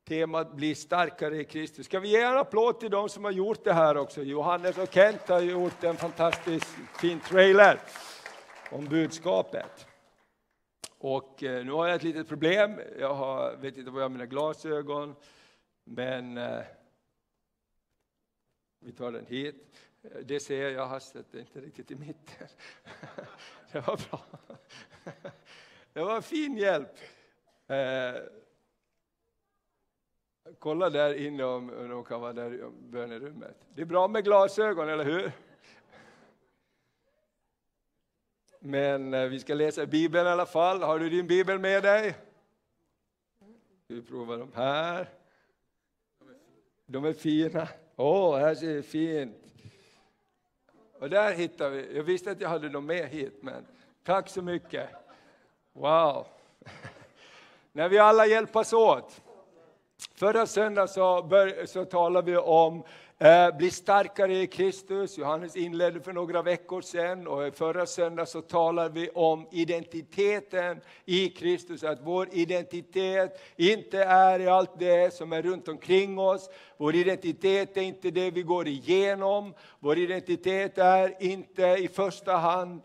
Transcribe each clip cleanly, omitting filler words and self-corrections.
temat bli starkare i Kristus. Ska vi ge en applåd till de som har gjort det här också? Johannes och Kent har gjort en fantastiskt fin trailer om budskapet. Och nu har jag ett litet problem. Vet inte vad jag har mina glasögon. Men vi tar den hit. Det ser jag hastigt, inte riktigt i mitten. Det var bra. Det var fin hjälp. Kolla där inne om de kan vara där i bönerummet. Det är bra med glasögon, eller hur? Men vi ska läsa Bibeln i alla fall. Har du din Bibel med dig? Vi provar de här. De är fina. Här ser det fint. Och där hittar vi. Jag visste att jag hade dem med hit, men tack så mycket. Wow. När vi alla hjälpas åt. Förra söndag så talade vi om bli starkare i Kristus. Johannes inledde för några veckor sedan. Och förra söndag så talade vi om identiteten i Kristus. Att vår identitet inte är i allt det som är runt omkring oss. Vår identitet är inte det vi går igenom. Vår identitet är inte i första hand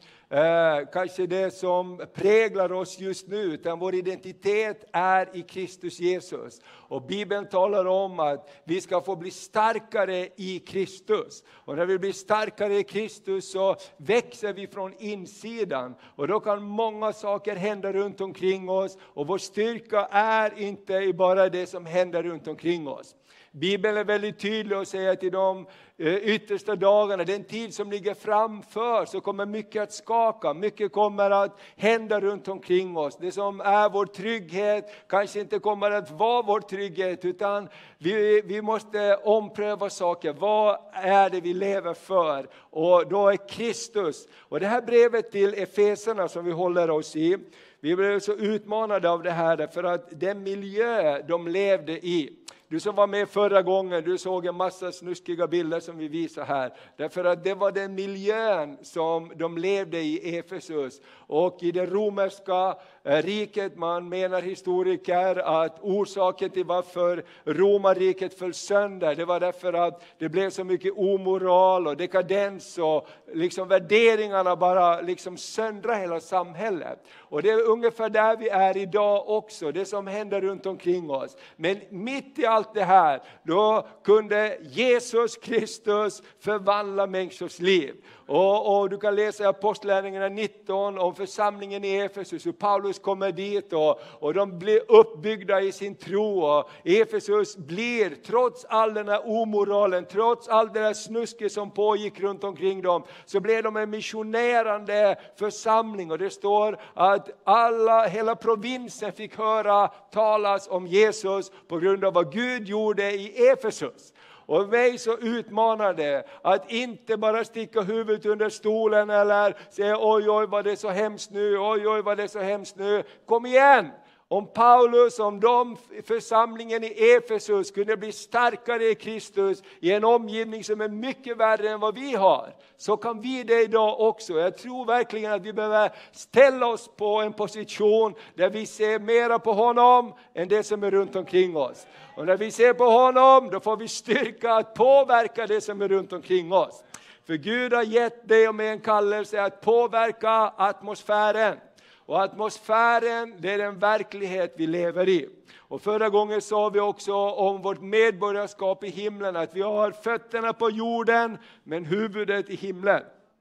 kanske det som präglar oss just nu, utan vår identitet är i Kristus Jesus. Och Bibeln talar om att vi ska få bli starkare i Kristus. Och när vi blir starkare i Kristus så växer vi från insidan. Och då kan många saker hända runt omkring oss. Och vår styrka är inte bara det som händer runt omkring oss. Bibeln är väldigt tydlig och säger att i de yttersta dagarna, den tid som ligger framför, så kommer mycket att skaka. Mycket kommer att hända runt omkring oss. Det som är vår trygghet kanske inte kommer att vara vår trygghet, utan vi måste ompröva saker. Vad är det vi lever för? Och då är Kristus. Och det här brevet till Efeserna som vi håller oss i, vi blev så utmanade av det här för att den miljö de levde i. Du som var med förra gången, du såg en massa snuskiga bilder som vi visar här. Därför att det var den miljön som de levde i Efesus. Och i det romerska riket, man menar historiker att orsaken till varför romarriket föll sönder, det var därför att det blev så mycket omoral och dekadens och liksom värderingarna bara liksom söndra hela samhället. Och det är ungefär där vi är idag också, det som händer runt omkring oss. Men mitt i allt det här, då kunde Jesus Kristus förvandla människors liv. Och du kan läsa i Apostlagärningarna 19 om församlingen i Efesus, hur Paulus kommer dit och de blir uppbyggda i sin tro. Och Efesus blir, trots all den här omoralen, trots all det där snusket som pågick runt omkring dem, så blev de en missionerande församling. Och det står att hela provinsen fick höra talas om Jesus på grund av vad Gud gjorde i Efesus. Och mig så utmanade att inte bara sticka huvudet under stolen eller säga oj vad det är så hemskt nu, oj vad det är så hemskt nu. Kom igen! Om Paulus, om de församlingen i Efesus kunde bli starkare i Kristus i en omgivning som är mycket värre än vad vi har, så kan vi det idag också. Jag tror verkligen att vi behöver ställa oss på en position där vi ser mera på honom än det som är runt omkring oss. Och när vi ser på honom, då får vi styrka att påverka det som är runt omkring oss. För Gud har gett dig och mig en kallelse att påverka atmosfären. Och atmosfären, det är den verklighet vi lever i. Och förra gången sa vi också om vårt medborgarskap i himlen, att vi har fötterna på jorden men huvudet i himlen.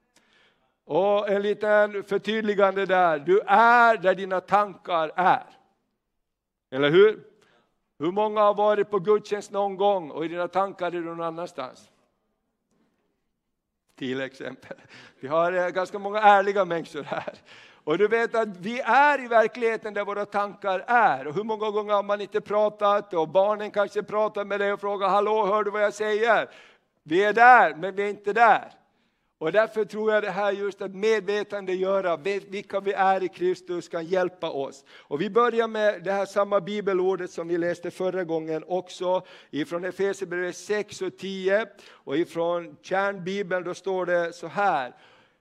Och en liten förtydligande där, du är där dina tankar är. Eller hur? Hur många har varit på gudstjänst någon gång och i dina tankar är du någon annanstans? Till exempel. Vi har ganska många ärliga människor här. Och du vet att vi är i verkligheten där våra tankar är. Och hur många gånger har man inte pratat och barnen kanske pratar med dig och frågar hallå, hör du vad jag säger? Vi är där men vi är inte där. Och därför tror jag det här just att medvetandegöra vilka vi är i Kristus kan hjälpa oss. Och vi börjar med det här samma bibelordet som vi läste förra gången också. Ifrån Efesierbrevet 6 och 10. Och ifrån kärnbibeln då står det så här.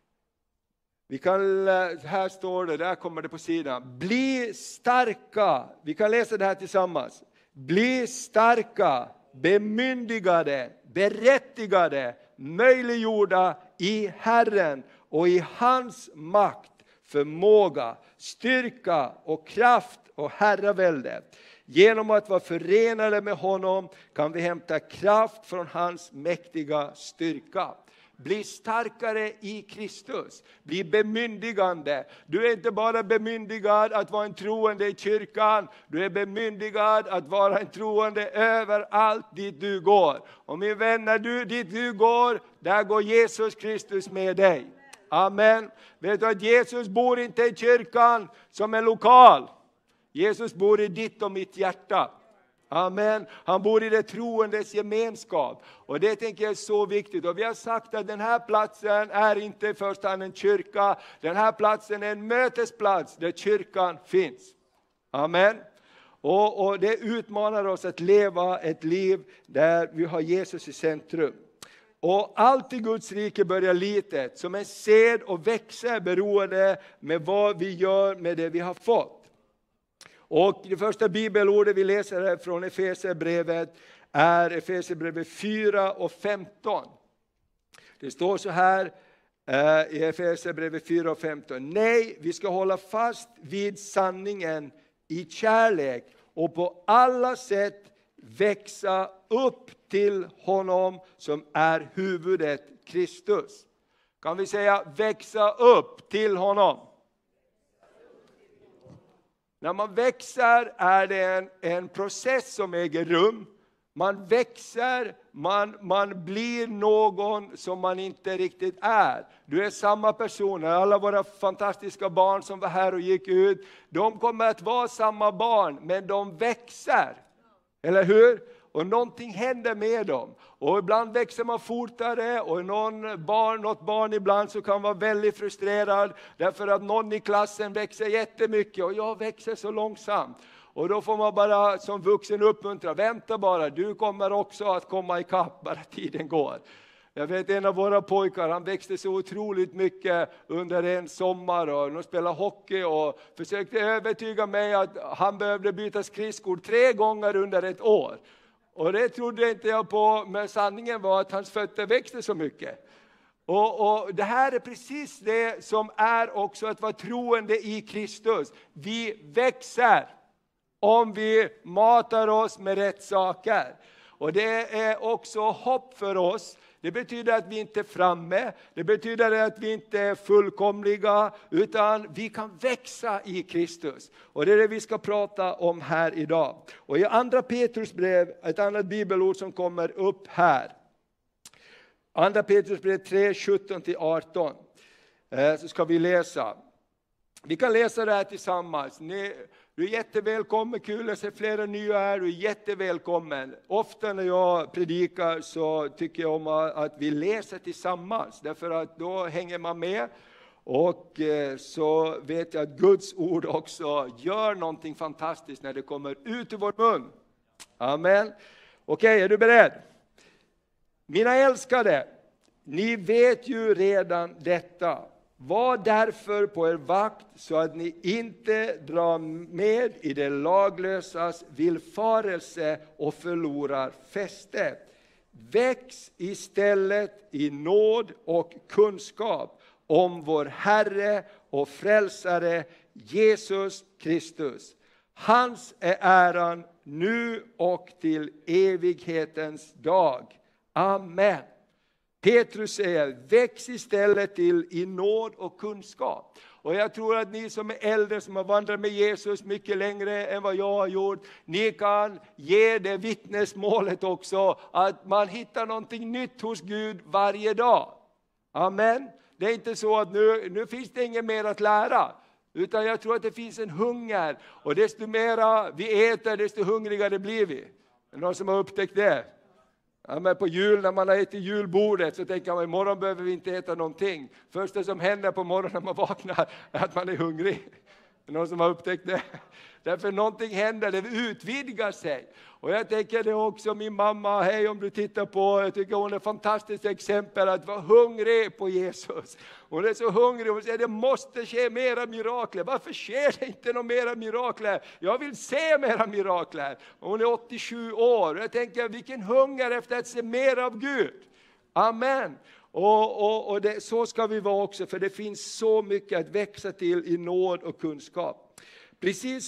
Här står det, där kommer det på sidan. Bli starka. Vi kan läsa det här tillsammans. Bli starka, bemyndigade, berättigade, möjliggjorda i Herren och i hans makt, förmåga, styrka och kraft och herravälde. Genom att vara förenade med honom kan vi hämta kraft från hans mäktiga styrka. Bli starkare i Kristus. Bli bemyndigande. Du är inte bara bemyndigad att vara en troende i kyrkan. Du är bemyndigad att vara en troende överallt dit du går. Och min vän, dit du går, där går Jesus Kristus med dig. Amen. Vet du att Jesus bor inte i kyrkan som en lokal. Jesus bor i ditt och mitt hjärta. Amen. Han bor i det troendes gemenskap. Och det tänker jag är så viktigt. Och vi har sagt att den här platsen är inte i första hand en kyrka. Den här platsen är en mötesplats där kyrkan finns. Amen. Och det utmanar oss att leva ett liv där vi har Jesus i centrum. Och allt i Guds rike börjar litet, som en sed och växer beroende med vad vi gör med det vi har fått. Och det första bibelordet vi läser här från Efesierbrevet är Efesierbrevet 4 och 15. Det står så här i Efesierbrevet 4 och 15. Nej, vi ska hålla fast vid sanningen i kärlek och på alla sätt växa upp till honom som är huvudet, Kristus. Kan vi säga växa upp till honom? När man växer är det en process som äger rum. Man växer, man blir någon som man inte riktigt är. Du är samma person. Alla våra fantastiska barn som var här och gick ut, de kommer att vara samma barn, men de växer. Eller hur? Och någonting händer med dem. Och ibland växer man fortare och något barn ibland så kan vara väldigt frustrerad. Därför att någon i klassen växer jättemycket och jag växer så långsamt. Och då får man bara som vuxen uppmuntra, vänta bara, du kommer också att komma ikapp bara tiden går. Jag vet en av våra pojkar, han växte så otroligt mycket under en sommar och de spelade hockey och försökte övertyga mig att han behövde byta skridskor 3 gånger under ett år. Och det trodde inte jag på, men sanningen var att hans fötter växte så mycket. Och det här är precis det som är också att vara troende i Kristus. Vi växer om vi matar oss med rätt saker. Och det är också hopp för oss. Det betyder att vi inte är framme. Det betyder att vi inte är fullkomliga. Utan vi kan växa i Kristus. Och det är det vi ska prata om här idag. Och i andra Petrus brev, ett annat bibelord som kommer upp här. Andra Petrus brev 3, 17-18. Så ska vi läsa. Vi kan läsa det här tillsammans. Du är jättevälkommen, kul att se flera nya här, du är jättevälkommen. Ofta när jag predikar så tycker jag om att vi läser tillsammans. Därför att då hänger man med. Och så vet jag att Guds ord också gör någonting fantastiskt när det kommer ut ur vår mun. Amen. Okej, är du beredd? Mina älskade, ni vet ju redan detta. Var därför på er vakt så att ni inte drar med i det laglösas villfarelse och förlorar fäste. Väx istället i nåd och kunskap om vår Herre och frälsare Jesus Kristus. Hans är äran nu och till evighetens dag. Amen. Petrus säger, väx istället till i nåd och kunskap. Och jag tror att ni som är äldre, som har vandrat med Jesus mycket längre än vad jag har gjort, ni kan ge det vittnesmålet också, att man hittar någonting nytt hos Gud varje dag. Amen. Det är inte så att nu finns det inget mer att lära. Utan jag tror att det finns en hunger. Och desto mera vi äter, desto hungrigare blir vi. Är det någon som har upptäckt det? Ja, men på jul, när man har ätit julbordet, så tänker man imorgon behöver vi inte äta någonting. Första som händer på morgonen när man vaknar är att man är hungrig. Någon som har upptäckt det? Därför någonting händer, det utvidgar sig. Och jag tänker det också, min mamma, hej om du tittar på, jag tycker hon är ett fantastiskt exempel att vara hungrig på Jesus. Hon är så hungrig, hon säger det måste ske mera mirakler. Varför sker det inte några mera mirakler? Jag vill se mera mirakler. Hon är 87 år och jag tänker vilken hunger efter att se mer av Gud. Amen. Och så ska vi vara också, för det finns så mycket att växa till i nåd och kunskap. Precis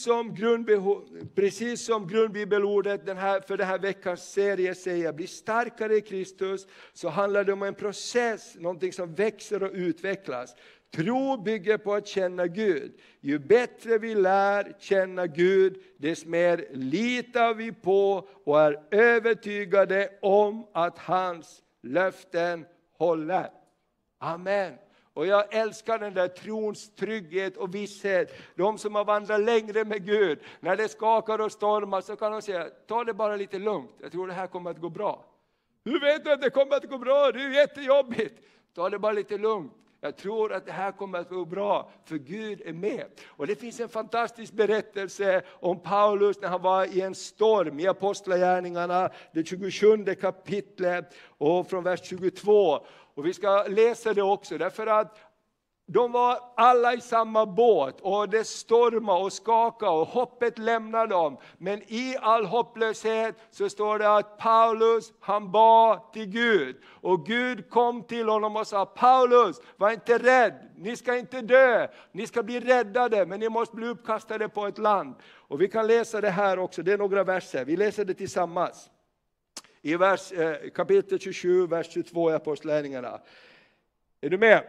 som grundbibelordet för den här veckans serie säger, bli starkare i Kristus, så handlar det om en process, någonting som växer och utvecklas. Tro bygger på att känna Gud. Ju bättre vi lär känna Gud, desto mer litar vi på och är övertygade om att hans löften håller. Amen. Och jag älskar den där trons trygghet och visshet. De som har vandrat längre med Gud, när det skakar och stormar så kan de säga, ta det bara lite lugnt. Jag tror det här kommer att gå bra. Hur vet du att det kommer att gå bra? Det är ju jättejobbigt. Ta det bara lite lugnt. Jag tror att det här kommer att gå bra, för Gud är med. Och det finns en fantastisk berättelse om Paulus när han var i en storm i Apostlagärningarna, det 27 kapitlet och från vers 22. Och vi ska läsa det också, därför att de var alla i samma båt och det stormade och skakade och hoppet lämnade dem. Men i all hopplöshet så står det att Paulus, han bad till Gud. Och Gud kom till honom och sa, Paulus, var inte rädd, ni ska inte dö, ni ska bli räddade, men ni måste bli uppkastade på ett land. Och vi kan läsa det här också, det är några verser, vi läser det tillsammans. I kapitel 27, vers 22 i Apostlagärningarna. Är du med?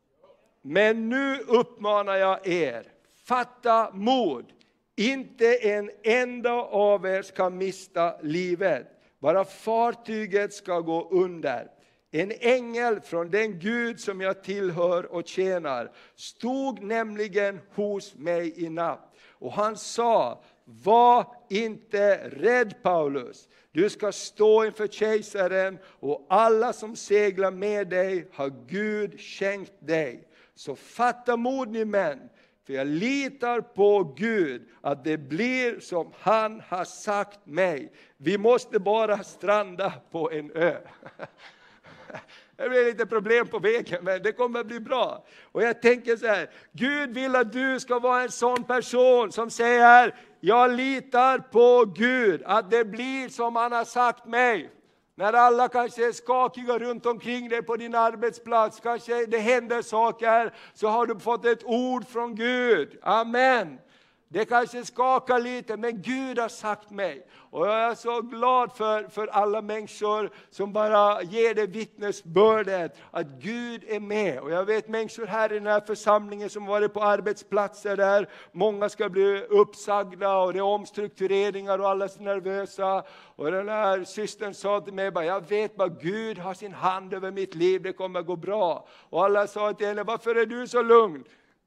Men nu uppmanar jag er, fatta mod. Inte en enda av er ska mista livet. Bara fartyget ska gå under. En ängel från den Gud som jag tillhör och tjänar stod nämligen hos mig i natt. Och han sa, var inte rädd Paulus. Du ska stå inför kejsaren och alla som seglar med dig har Gud skänkt dig. Så fatta mod ni män, för jag litar på Gud att det blir som han har sagt mig. Vi måste bara stranda på en ö. Det blir lite problem på vägen, men det kommer att bli bra. Och jag tänker så här, Gud vill att du ska vara en sån person som säger, jag litar på Gud att det blir som han har sagt mig. När alla kanske är skakiga runt omkring dig på din arbetsplats, kanske det händer saker, så har du fått ett ord från Gud. Amen. Det kanske skakar lite, men Gud har sagt mig. Och jag är så glad för alla människor som bara ger det vittnesbördet att Gud är med. Och jag vet människor här i den här församlingen som varit på arbetsplatser där många ska bli uppsagda och det är omstruktureringar och alla är nervösa. Och den här systern sa till mig, jag vet bara Gud har sin hand över mitt liv, det kommer att gå bra. Och alla sa till henne, varför är du så lugn?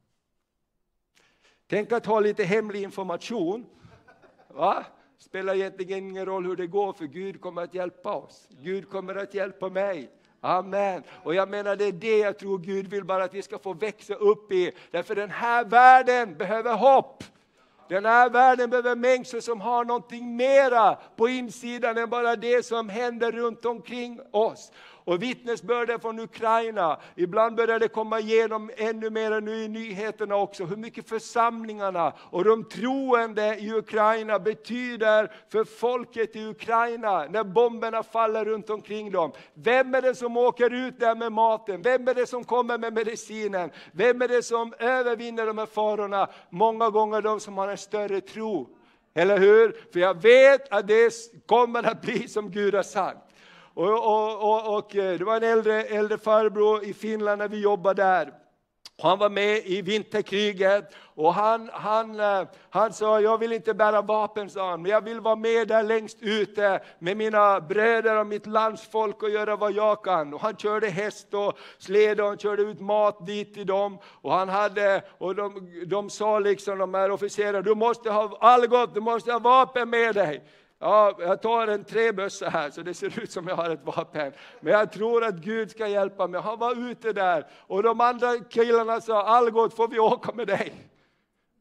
Tänk att ha lite hemlig information. Va? Spelar egentligen ingen roll hur det går, för Gud kommer att hjälpa oss. Gud kommer att hjälpa mig. Amen. Och jag menar det är det jag tror Gud vill bara att vi ska få växa upp i. Därför den här världen behöver hopp. Den här världen behöver människor som har någonting mera på insidan än bara det som händer runt omkring oss. Och vittnesbörden från Ukraina, ibland börjar det komma igenom ännu mer nu i nyheterna också. Hur mycket församlingarna och de troende i Ukraina betyder för folket i Ukraina när bomberna faller runt omkring dem. Vem är det som åker ut där med maten? Vem är det som kommer med medicinen? Vem är det som övervinner de här farorna? Många gånger de som har en större tro. Eller hur? För jag vet att det kommer att bli som Gud har sagt. Och det var en äldre farbror i Finland när vi jobbade där. Han var med i vinterkriget och han sa, jag vill inte bära vapen, sa han, men jag vill vara med där längst ute med mina bröder och mitt landsfolk och göra vad jag kan. Och han körde häst och sled och han körde ut mat dit till dem. Och de sa liksom, de här officerarna, du måste ha Algot, du måste ha vapen med dig. Ja, jag tar en träbössa här så det ser ut som jag har ett vapen. Men jag tror att Gud ska hjälpa mig. Han var ute där och de andra killarna sa, Algot, får vi åka med dig?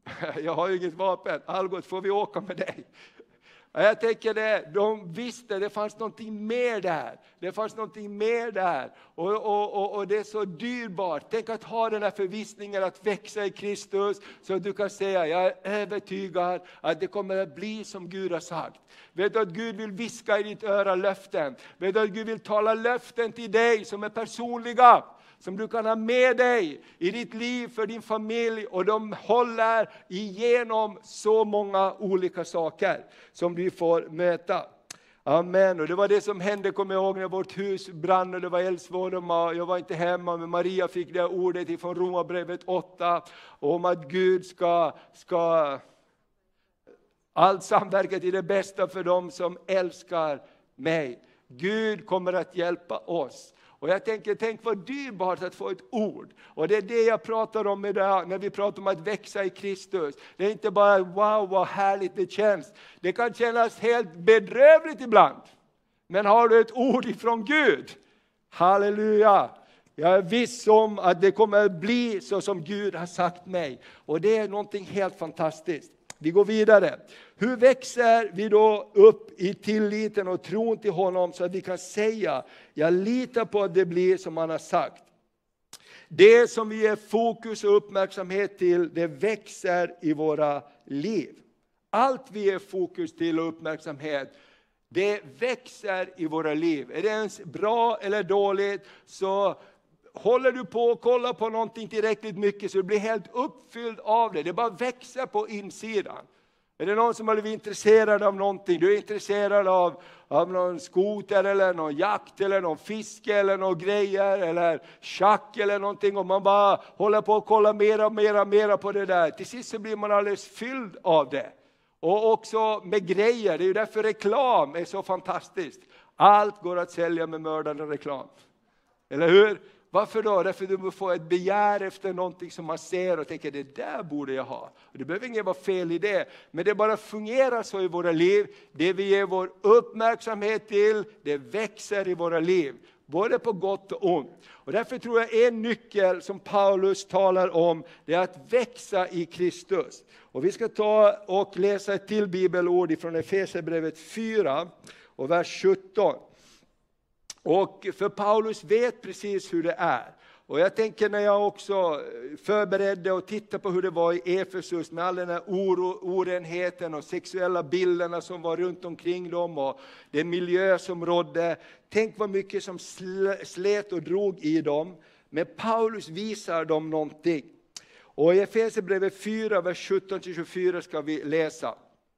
Jag har ju inget vapen. Algot, får vi åka med dig? Jag tänker det, de visste det fanns någonting mer där. Det fanns någonting mer där. Och det är så dyrbart. Tänk att ha den här förvissningen att växa i Kristus. Så att du kan säga, jag är övertygad att det kommer att bli som Gud har sagt. Vet du att Gud vill viska i ditt öra löften. Vet du att Gud vill tala löften till dig som är personliga. Som du kan ha med dig i ditt liv, för din familj. Och de håller igenom så många olika saker som vi får möta. Amen. Och det var det som hände, kommer jag ihåg, när vårt hus brann och det var eldsvåda. Jag var inte hemma, men Maria fick det ordet ifrån Romarbrevet 8. Om att Gud ska allt samverka till det bästa för dem som älskar mig. Gud kommer att hjälpa oss. Och jag tänker, tänk vad dyrbart att få ett ord. Och det är det jag pratar om idag när vi pratar om att växa i Kristus. Det är inte bara wow vad härligt det känns. Det kan kännas helt bedrövligt ibland. Men har du ett ord ifrån Gud, halleluja. Jag är viss om att det kommer att bli så som Gud har sagt mig. Och det är någonting helt fantastiskt. Vi går vidare. Hur växer vi då upp i tilliten och tron till honom så att vi kan säga, jag litar på att det blir som han har sagt. Det som vi ger fokus och uppmärksamhet till, det växer i våra liv. Allt vi ger fokus till och uppmärksamhet, det växer i våra liv. Är det ens bra eller dåligt, så håller du på och kollar på någonting tillräckligt mycket så du blir helt uppfylld av det. Det bara växer på insidan. Är det någon som har blivit intresserad av någonting? Du är intresserad av någon skoter eller någon jakt eller någon fiske eller någon grejer eller schack eller någonting. Och man bara håller på och kollar mera på det där. Till sist så blir man alldeles fylld av det. Och också med grejer. Det är ju därför reklam är så fantastiskt. Allt går att sälja med mördande reklam. Eller hur? Varför då? Därför att du får ett begär efter någonting som man ser och tänker, det där borde jag ha. Och det behöver inget vara fel i det. Men det bara fungerar så i våra liv. Det vi ger vår uppmärksamhet till, det växer i våra liv. Både på gott och ont. Och därför tror jag en nyckel som Paulus talar om, det är att växa i Kristus. Och vi ska ta och läsa ett till bibelord från Efesierbrevet 4 och vers 17. Och för Paulus vet precis hur det är. Och jag tänker när jag också förberedde och tittade på hur det var i Efesus med all den här orenheten och sexuella bilderna som var runt omkring dem och den miljö som rådde. Tänk vad mycket som slet och drog i dem. Men Paulus visar dem någonting. Och i Efesierbrevet 4, vers 17-24 ska vi läsa.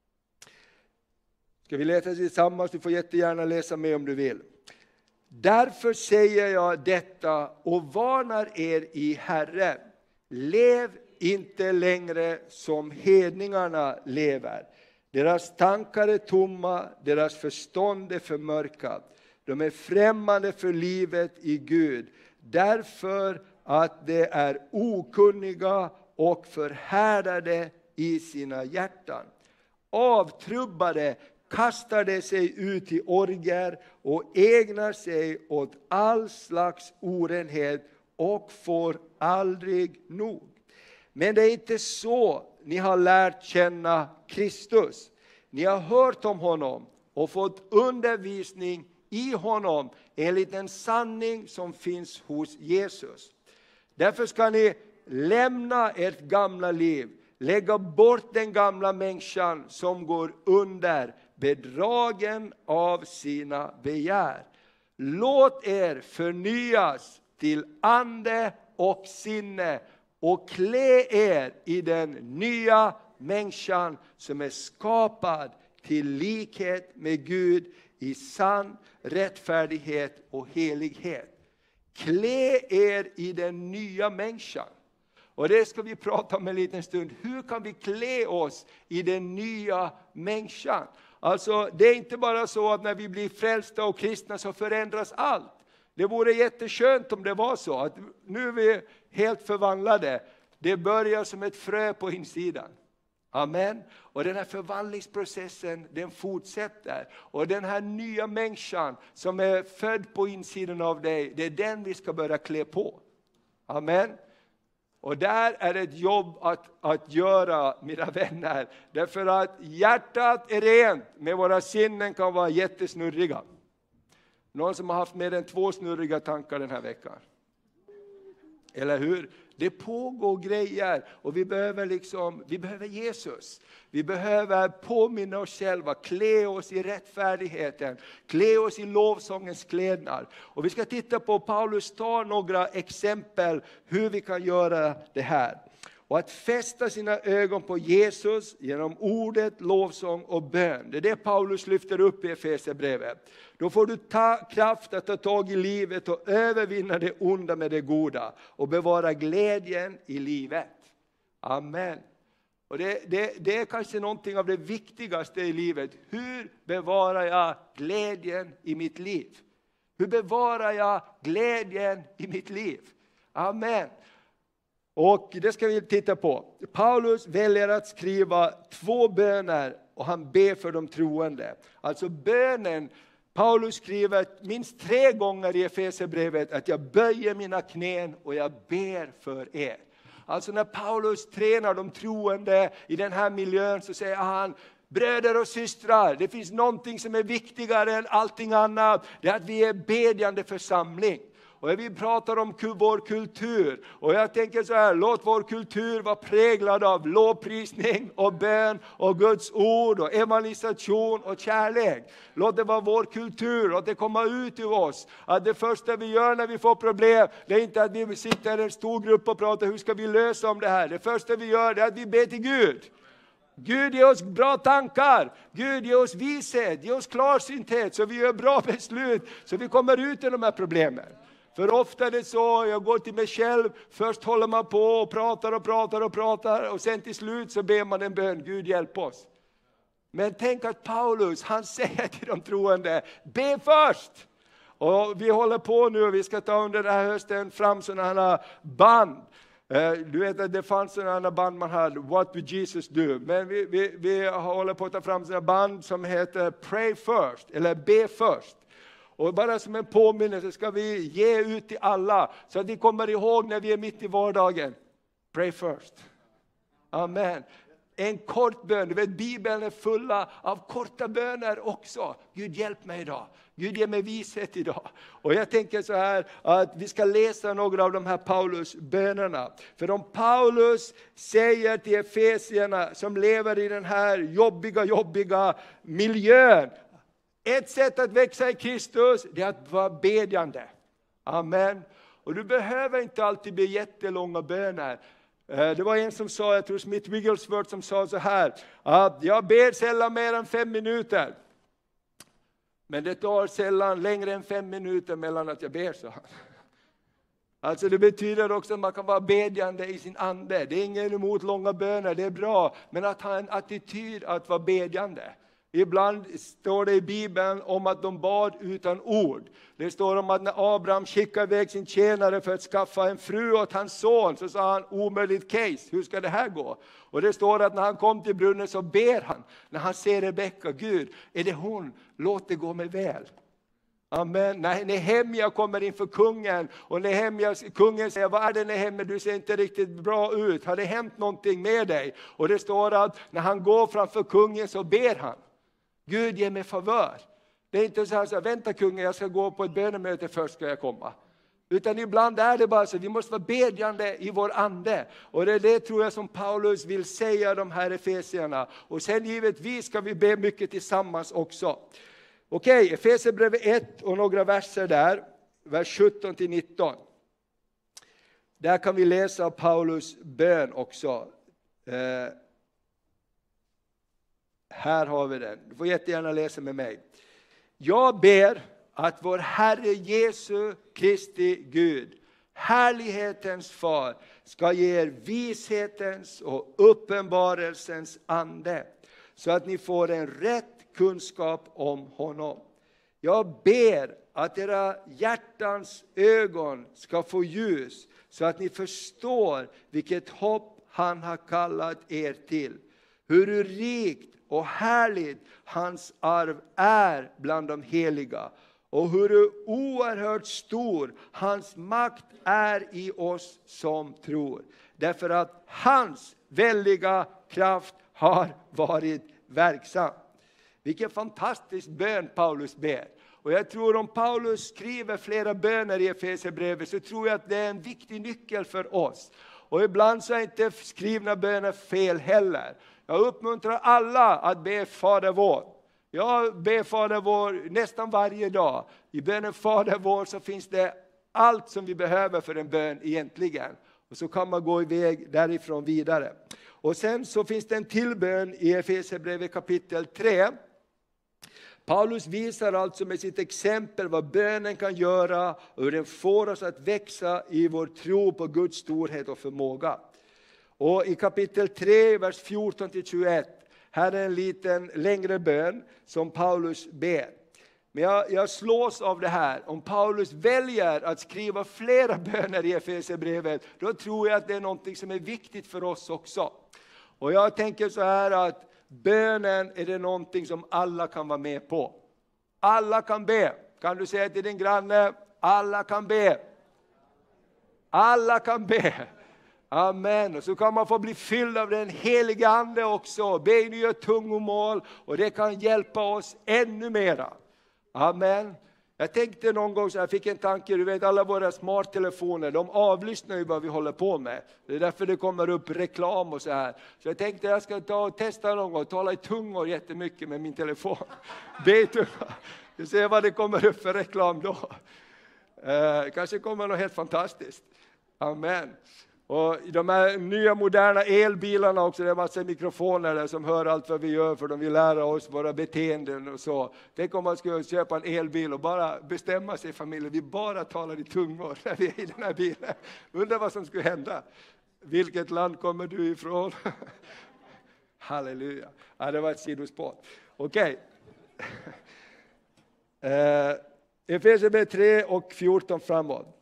Ska vi läsa tillsammans? Du får jättegärna läsa med om du vill. Därför säger jag detta och varnar er i Herren. Lev inte längre som hedningarna lever. Deras tankar är tomma, deras förstånd är förmörkat. De är främmande för livet i Gud. Därför att de är okunniga och förhärdade i sina hjärtan. Avtrubbade kastar de sig ut i orger och ägnar sig åt all slags orenhet och får aldrig nog. Men det är inte så ni har lärt känna Kristus. Ni har hört om honom och fått undervisning i honom enligt den sanning som finns hos Jesus. Därför ska ni lämna ert gamla liv, lägga bort den gamla människan som går under, bedragen av sina begär. Låt er förnyas till ande och sinne och klä er i den nya människan som är skapad till likhet med Gud i sann rättfärdighet och helighet. Klä er i den nya människan. Och det ska vi prata om en liten stund. Hur kan vi klä oss i den nya människan? Alltså det är inte bara så att när vi blir frälsta och kristna så förändras allt. Det vore jätteskönt om det var så. Att nu är vi helt förvandlade. Det börjar som ett frö på insidan. Amen. Och den här förvandlingsprocessen, den fortsätter. Och den här nya människan som är född på insidan av dig, det är den vi ska börja klä på. Amen. Och där är ett jobb att göra, mina vänner. Därför att hjärtat är rent, men våra sinnen kan vara jättesnurriga. Någon som har haft mer än 2 snurriga tankar den här veckan? Eller hur? Det pågår grejer och vi behöver Jesus. Vi behöver påminna oss själva, klä oss i rättfärdigheten, klä oss i lovsångens klädnad. Och vi ska titta på Paulus tar några exempel hur vi kan göra det här. Och att fästa sina ögon på Jesus genom ordet, lovsång och bön. Det är det Paulus lyfter upp i Efesierbrevet. Då får du ta kraft att ta tag i livet och övervinna det onda med det goda. Och bevara glädjen i livet. Amen. Och det är kanske någonting av det viktigaste i livet. Hur bevarar jag glädjen i mitt liv? Hur bevarar jag glädjen i mitt liv? Amen. Och det ska vi titta på. Paulus väljer att skriva 2 böner och han ber för de troende. Alltså bönen, Paulus skriver minst 3 gånger i Efesierbrevet att jag böjer mina knän och jag ber för er. Alltså när Paulus tränar de troende i den här miljön så säger han: bröder och systrar, det finns någonting som är viktigare än allting annat. Det är att vi är bedjande församling. Och vi pratar om vår kultur. Och jag tänker så här, låt vår kultur vara präglad av lovprisning och bön och Guds ord och evangelisation och kärlek. Låt det vara vår kultur, låt det komma ut ur oss. Att det första vi gör när vi får problem, det är inte att vi sitter i en stor grupp och pratar hur ska vi lösa om det här. Det första vi gör är att vi ber till Gud. Gud ger oss bra tankar, Gud ger oss vishet, ger oss klarsynthet så vi gör bra beslut så vi kommer ut ur de här problemen. För ofta är det så, jag går till mig själv, först håller man på och pratar och sen till slut så ber man en bön, Gud hjälp oss. Men tänk att Paulus, han säger till de troende, be först. Och vi håller på nu och vi ska ta under den här hösten fram sådana här band. Du vet att det fanns sådana band man hade, What would Jesus do? Men vi håller på att ta fram sådana band som heter Pray First, eller Be Först. Och bara som en påminnelse ska vi ge ut till alla. Så att vi kommer ihåg när vi är mitt i vardagen. Pray first. Amen. En kort bön. Du vet, Bibeln är fulla av korta böner också. Gud hjälp mig idag. Gud ger mig vishet idag. Och jag tänker så här att vi ska läsa några av de här Paulus bönerna. För om Paulus säger till efesierna som lever i den här jobbiga miljön. Ett sätt att växa i Kristus är att vara bedjande. Amen. Och du behöver inte alltid be jättelånga böner. Det var en som sa, jag tror Smith Wigglesworth som sa så här. Att jag ber sällan mer än 5 minuter. Men det tar sällan längre än 5 minuter mellan att jag ber, så. Alltså det betyder också att man kan vara bedjande i sin ande. Det är ingen emot långa böner, det är bra. Men att ha en attityd att vara bedjande. Ibland står det i Bibeln om att de bad utan ord. Det står om att när Abraham skickade iväg sin tjänare för att skaffa en fru åt hans son, så sa han, omöjligt case, hur ska det här gå? Och det står att när han kom till brunnen så ber han, när han ser Rebecka, Gud, är det hon? Låt det gå mig väl. Amen. När Nehemja kommer inför kungen och kungen säger, vad är det Nehemja, du ser inte riktigt bra ut, har det hänt någonting med dig? Och det står att när han går framför kungen så ber han. Gud ger mig favör. Det är inte så här, vänta kungen, jag ska gå på ett bönemöte först ska jag komma. Utan ibland är det bara så, vi måste vara bedjande i vår ande. Och det är det tror jag som Paulus vill säga de här efesierna. Och sen givetvis ska vi be mycket tillsammans också. Okej, Efesierbrevet 1 och några verser där. Vers 17-19. Där kan vi läsa Paulus bön också. Här har vi den. Du får jättegärna läsa med mig. Jag ber att vår Herre Jesu Kristi Gud, härlighetens far, ska ge er vishetens och uppenbarelsens ande. Så att ni får en rätt kunskap om honom. Jag ber att era hjärtans ögon ska få ljus. Så att ni förstår vilket hopp han har kallat er till. Hur rikt och härligt hans arv är bland de heliga. och hur oerhört stor hans makt är i oss som tror. Därför att hans väldiga kraft har varit verksam. Vilken fantastisk bön Paulus ber. Och jag tror om Paulus skriver flera böner i Efesierbrevet så tror jag att det är en viktig nyckel för oss. Och ibland så är inte skrivna böner fel heller. Jag uppmuntrar alla att be Fader vår. Jag ber Fader vår nästan varje dag. I bönen Fader vår så finns det allt som vi behöver för en bön egentligen. Och så kan man gå iväg därifrån vidare. Och sen så finns det en tillbön i Efesierbrevet kapitel 3. Paulus visar alltså med sitt exempel vad bönen kan göra och hur den får oss att växa i vår tro på Guds storhet och förmåga. Och i kapitel 3, vers 14-21, här är en liten längre bön som Paulus ber. Men jag slås av det här. Om Paulus väljer att skriva flera böner i Efesierbrevet, då tror jag att det är något som är viktigt för oss också. Och jag tänker så här att bönen är det någonting som alla kan vara med på. Alla kan be. Kan du säga till din granne, alla kan be. Alla kan be. Amen. Och så kan man få bli fylld av den heliga ande också. Be i nya tungomål. Och det kan hjälpa oss ännu mera. Amen. Jag tänkte någon gång så här, jag fick en tanke, du vet alla våra smarttelefoner, de avlyssnar ju vad vi håller på med. Det är därför det kommer upp reklam och så här. Så jag tänkte jag ska ta och testa någon gång, tala i tungor jättemycket med min telefon. Be i tungor. Vi ser vad det kommer upp för reklam då. Kanske kommer något helt fantastiskt. Amen. Och de här nya moderna elbilarna också, det är massa mikrofoner där som hör allt vad vi gör för de vill lära oss våra beteenden och så. Tänk om man skulle köpa en elbil och bara bestämma sig i familjen, vi bara talar i tungor när vi är i den här bilen. Undrar vad som skulle hända. Vilket land kommer du ifrån? Halleluja. Ja, det var ett sidospår. Okej. Efesierbrevet 3 och 14 framåt.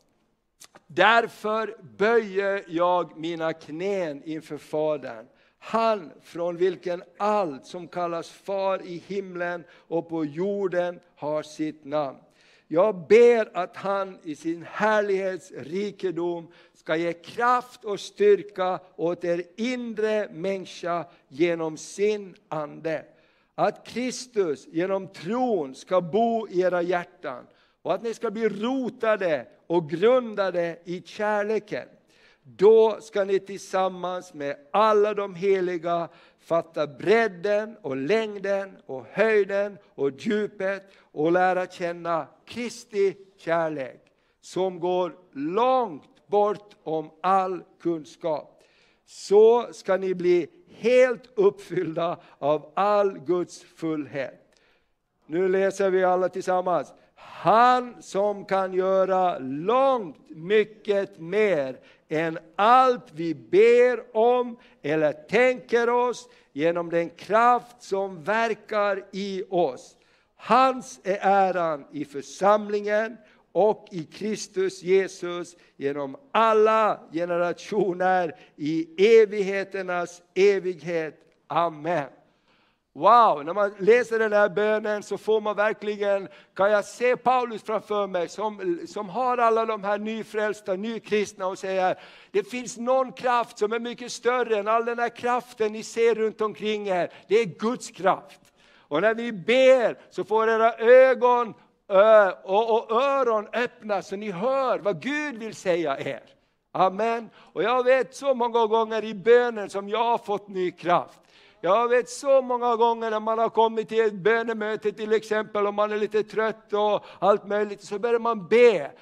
Därför böjer jag mina knän inför Fadern, han från vilken allt som kallas far i himlen och på jorden har sitt namn. Jag ber att han i sin härlighetsrikedom ska ge kraft och styrka åt er inre människa genom sin ande. Att Kristus genom tron ska bo i era hjärtan och att ni ska bli rotade och grundade i kärleken. Då ska ni tillsammans med alla de heliga fatta bredden och längden och höjden och djupet och lära känna Kristi kärlek som går långt bort om all kunskap. Så ska ni bli helt uppfyllda av all Guds fullhet. Nu läser vi alla tillsammans. Han som kan göra långt mycket mer än allt vi ber om eller tänker oss genom den kraft som verkar i oss. Hans är äran i församlingen och i Kristus Jesus genom alla generationer i evigheternas evighet. Amen. Wow, när man läser den här bönen så får man verkligen, kan jag se Paulus framför mig som har alla de här nyfrälsta, nykristna och säger det finns någon kraft som är mycket större än all den här kraften ni ser runt omkring er. Det är Guds kraft. Och när vi ber så får era ögon och öron öppna så ni hör vad Gud vill säga er. Amen. Och jag vet så många gånger i bönen som jag har fått ny kraft. Jag vet så många gånger när man har kommit till ett bönemöte till exempel och man är lite trött och allt möjligt så börjar man be.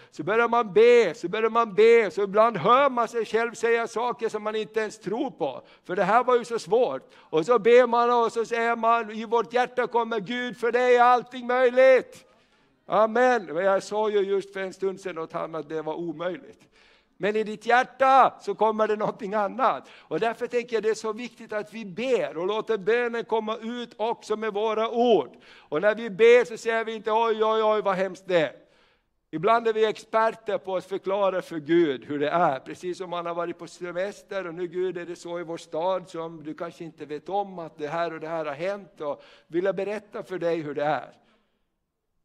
Så ibland hör man sig själv säga saker som man inte ens tror på. För det här var ju så svårt. Och så ber man och så säger man i vårt hjärta kommer Gud för dig är allting möjligt. Amen. Men jag sa ju just för en stund sedan åt han att det var omöjligt. Men i ditt hjärta så kommer det någonting annat. Och därför tänker jag det är så viktigt att vi ber och låter bönen komma ut också med våra ord. Och när vi ber så säger vi inte oj vad hemskt det är. Ibland är vi experter på att förklara för Gud hur det är. Precis som man har varit på semester och nu Gud är det så i vår stad som du kanske inte vet om att det här och det här har hänt. Och vill jag berätta för dig hur det är.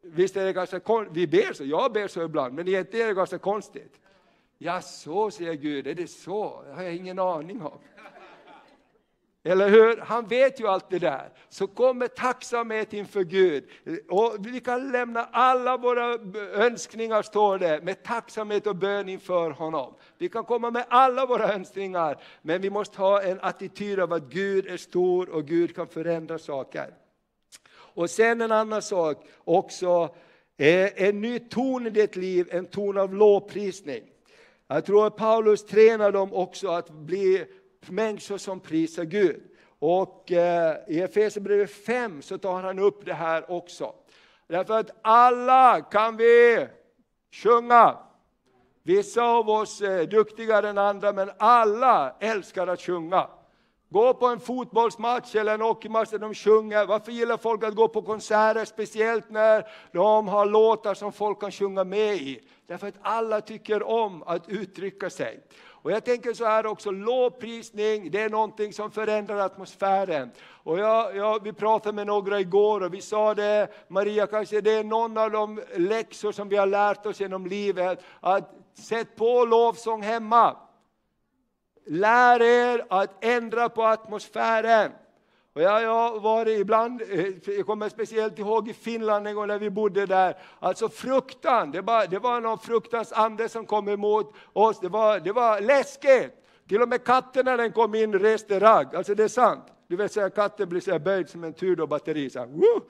Visst är det ganska konstigt, vi ber så, jag ber så ibland, men egentligen är det ganska konstigt. Ja, så säger Gud, är det så? Det har jag ingen aning om. Eller hur? Han vet ju allt det där. Så kom med tacksamhet inför Gud. Och vi kan lämna alla våra önskningar, står det, med tacksamhet och bön inför honom. Vi kan komma med alla våra önskningar, men vi måste ha en attityd av att Gud är stor och Gud kan förändra saker. Och sen en annan sak också, en ny ton i ditt liv, en ton av lovprisning. Jag tror att Paulus tränar dem också att bli människor som prisar Gud. Och i Efesierbrevet 5 så tar han upp det här också. Därför att alla kan vi sjunga. Vissa av oss är duktigare än andra, men alla älskar att sjunga. Gå på en fotbollsmatch eller en hockeymatch där de sjunger. Varför gillar folk att gå på konserter? Speciellt när de har låtar som folk kan sjunga med i. Därför att alla tycker om att uttrycka sig. Och jag tänker så här också, lovprisning, det är någonting som förändrar atmosfären. Och vi pratade med några igår och vi sa det, Maria, kanske det är någon av de läxor som vi har lärt oss genom livet. Att sätt på lovsång hemma. Lär er att ändra på atmosfären. Och jag var ibland, jag kommer speciellt ihåg i Finland en gång när vi bodde där. Alltså fruktan, det var någon fruktans ande som kom emot oss. Det var läskigt. Till och med katten när den kom in reste ragg. Alltså det är sant. Du vet så katten blir så här böjd som en Tudor-batteri. Så här,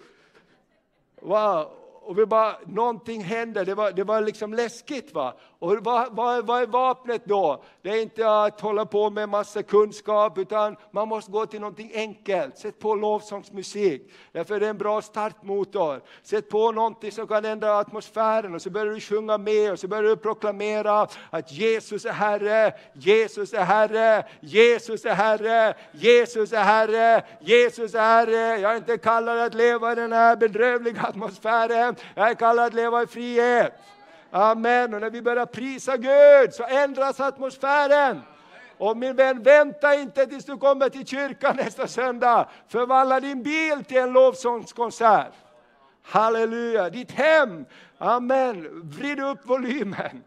wow. Och vi bara, någonting hände, det var liksom läskigt va. Och vad är vapnet då? Det är inte att hålla på med massa kunskap, utan man måste gå till någonting enkelt. Sätt på lovsångsmusik, därför är det en bra startmotor. Sätt på någonting som kan ändra atmosfären och så börjar du sjunga med och så börjar du proklamera att Jesus är Herre, Jesus är Herre, Jesus är Herre, Jesus är Herre, Jesus är Herre. Jag är inte kallad att leva i den här bedrövliga atmosfären. Jag är kallad att leva i frihet. Amen. Och när vi börjar prisa Gud så ändras atmosfären. Och min vän, vänta inte tills du kommer till kyrkan nästa söndag. Förvandla din bil till en lovsångskonsert. Halleluja. Ditt hem. Amen. Vrid upp volymen.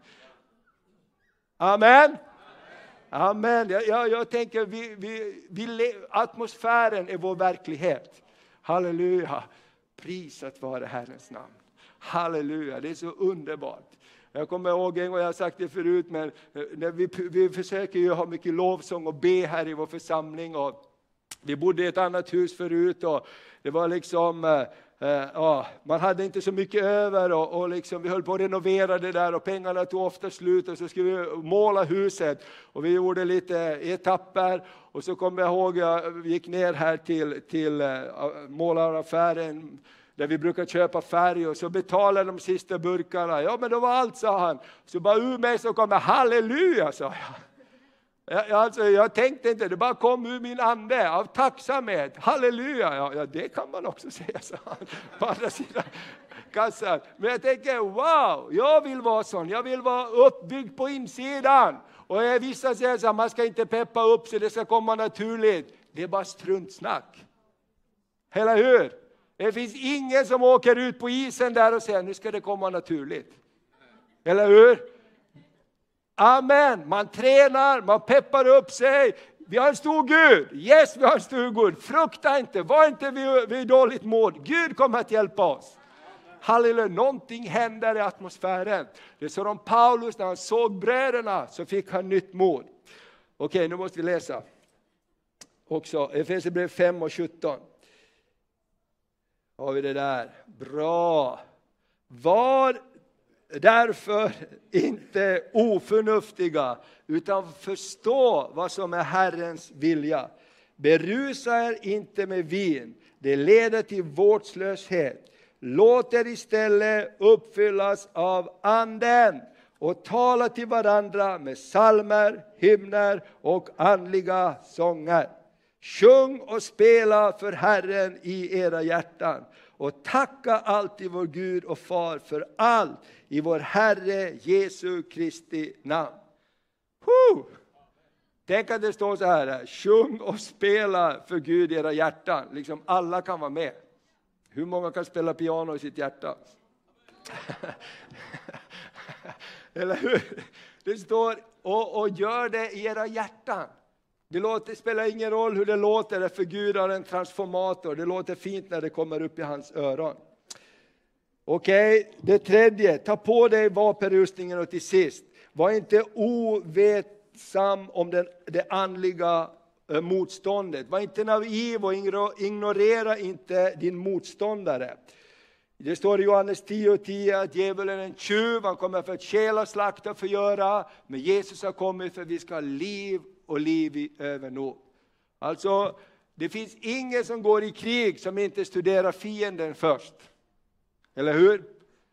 Amen. Amen. Jag tänker atmosfären är vår verklighet. Halleluja. Prisat vare Herrens namn. Halleluja, det är så underbart. Jag kommer ihåg en gång, jag har sagt det förut, men när vi försöker ju ha mycket lovsång och be här i vår församling. Och vi bodde i ett annat hus förut och det var liksom, man hade inte så mycket över och liksom, vi höll på att renovera det där och pengarna tog ofta slut och så skulle vi måla huset. Och vi gjorde lite etapper och så kommer jag ihåg, jag gick ner här till målaraffären där vi brukar köpa färg och så betalade de sista burkarna. Ja, men då var allt, sa han. Så bara ur mig så kom halleluja, sa jag. Jag tänkte inte, det bara kom ur min ande av tacksamhet. Halleluja, ja det kan man också säga, sa han. På andra sidan kassan. Men jag tänker, wow, jag vill vara sån. Jag vill vara uppbyggd på insidan. Och vissa säger så här, man ska inte peppa upp så det ska komma naturligt. Det är bara struntsnack. Eller hur? Det finns ingen som åker ut på isen där och säger, nu ska det komma naturligt. Eller hur? Amen. Man tränar, man peppar upp sig. Vi har en stor Gud. Yes, vi har en stor Gud. Frukta inte, var inte vid dåligt mod. Gud kommer att hjälpa oss. Halleluja, någonting händer i atmosfären. Det är så om Paulus, när han såg bröderna så fick han nytt mod. Okej, nu måste vi läsa. Också Efesierbrevet 5 och 17. Har vi det där. Bra. Var därför inte oförnuftiga utan förstå vad som är Herrens vilja. Berusa er inte med vin. Det leder till vårdslöshet. Låt er istället uppfyllas av anden och tala till varandra med psalmer, hymner och andliga sånger. Sjung och spela för Herren i era hjärtan och tacka alltid vår Gud och Far för allt i vår Herre Jesu Kristi namn. Tänk att det står så här, sjung och spela för Gud i era hjärtan. Liksom alla kan vara med. Hur många kan spela piano i sitt hjärta? Eller hur? Det står, och gör det i era hjärtan. Det spelar ingen roll hur det låter, för Gud har en transformator. Det låter fint när det kommer upp i hans öron. Okej, det tredje. Ta på dig vapenrustningen, och till sist. Var inte ovetsam om det andliga motståndet. Var inte naiv och ignorera inte din motståndare. Det står i Johannes 10:10 att djävulen är en tjuv. Han kommer för att stjäla, slakta, förgöra. Men Jesus har kommit för att vi ska ha liv och liv i övernog. Alltså, det finns ingen som går i krig som inte studerar fienden först. Eller hur?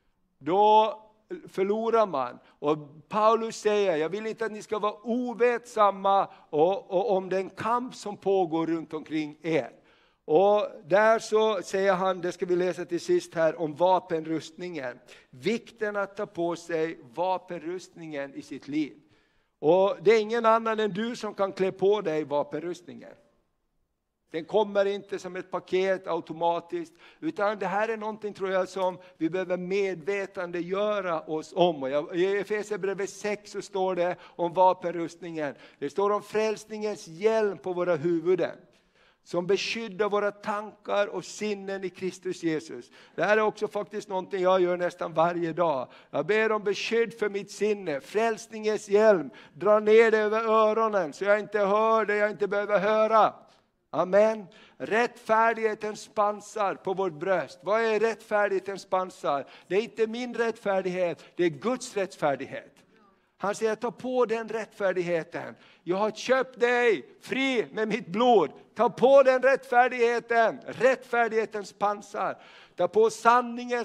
Då förlorar man. Och Paulus säger, jag vill inte att ni ska vara ovetsamma om den kamp som pågår runt omkring er. Och där så säger han, det ska vi läsa till sist här, om vapenrustningen. Vikten att ta på sig vapenrustningen i sitt liv. Och det är ingen annan än du som kan klä på dig vapenrustningen. Den kommer inte som ett paket automatiskt, utan det här är någonting, tror jag, som vi behöver medvetande göra oss om. Och i Efesierbrevet 6 så står det om vapenrustningen. Det står om frälsningens hjälm på våra huvuden, som beskyddar våra tankar och sinnen i Kristus Jesus. Det här är också faktiskt någonting jag gör nästan varje dag. Jag ber om beskydd för mitt sinne. Frälsningens hjälm. Dra ner det över öronen så jag inte hör det jag inte behöver höra. Amen. Rättfärdighetens pansar på vårt bröst. Vad är rättfärdighetens pansar? Det är inte min rättfärdighet, det är Guds rättfärdighet. Han säger, ta på den rättfärdigheten. Jag har köpt dig fri med mitt blod. Ta på den rättfärdigheten. Rättfärdighetens pansar. Ta på sanningen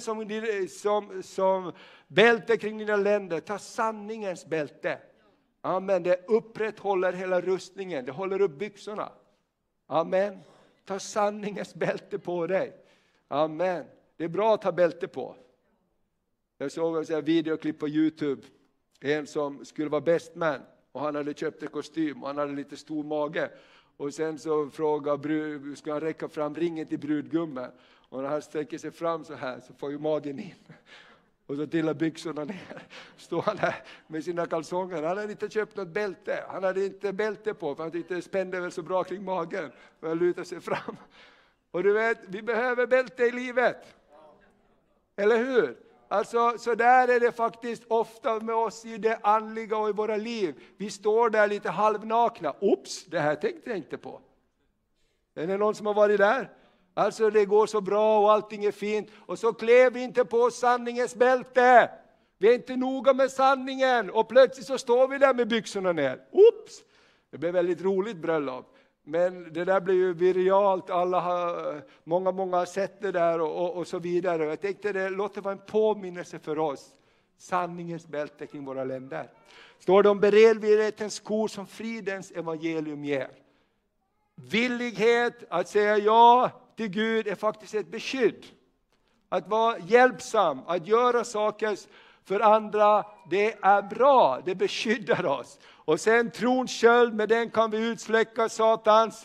som bälte kring dina länder. Ta sanningens bälte. Amen. Det upprätthåller hela rustningen. Det håller upp byxorna. Amen. Ta sanningens bälte på dig. Amen. Det är bra att ha bälte på. Jag såg en videoklipp på YouTube. En som skulle vara best man. Och han hade köpt en kostym. Och han hade lite stor mage. Och sen så frågade, ska han räcka fram ringen till brudgummen. Och när han sträcker sig fram så här, så får ju magen in. Och så trillar byxorna ner. Står han där med sina kalsonger. Han hade inte köpt något bälte. Han hade inte bälte på. För han tyckte det spände väl så bra kring magen. Och han lutar sig fram. Och du vet, vi behöver bälte i livet. Eller hur? Alltså, så där är det faktiskt ofta med oss i det andliga och i våra liv. Vi står där lite halvnakna. Ops, det här tänkte jag inte på. Är det någon som har varit där? Alltså det går så bra och allting är fint. Och så klär vi inte på sanningens bälte. Vi är inte noga med sanningen. Och plötsligt så står vi där med byxorna ner. Ops! Det blev väldigt roligt bröllop. Men det där blev ju viralt. Många har sett det där och så vidare. Jag tänkte låt det vara en påminnelse för oss. Sanningens bälte kring våra länder. Står det om beredvillighetens skor som fridens evangelium ger. Villighet att säga ja till Gud är faktiskt ett beskydd. Att vara hjälpsam, att göra saker för andra, det är bra, det beskyddar oss. Och sen trons sköld, med den kan vi utsläcka Satans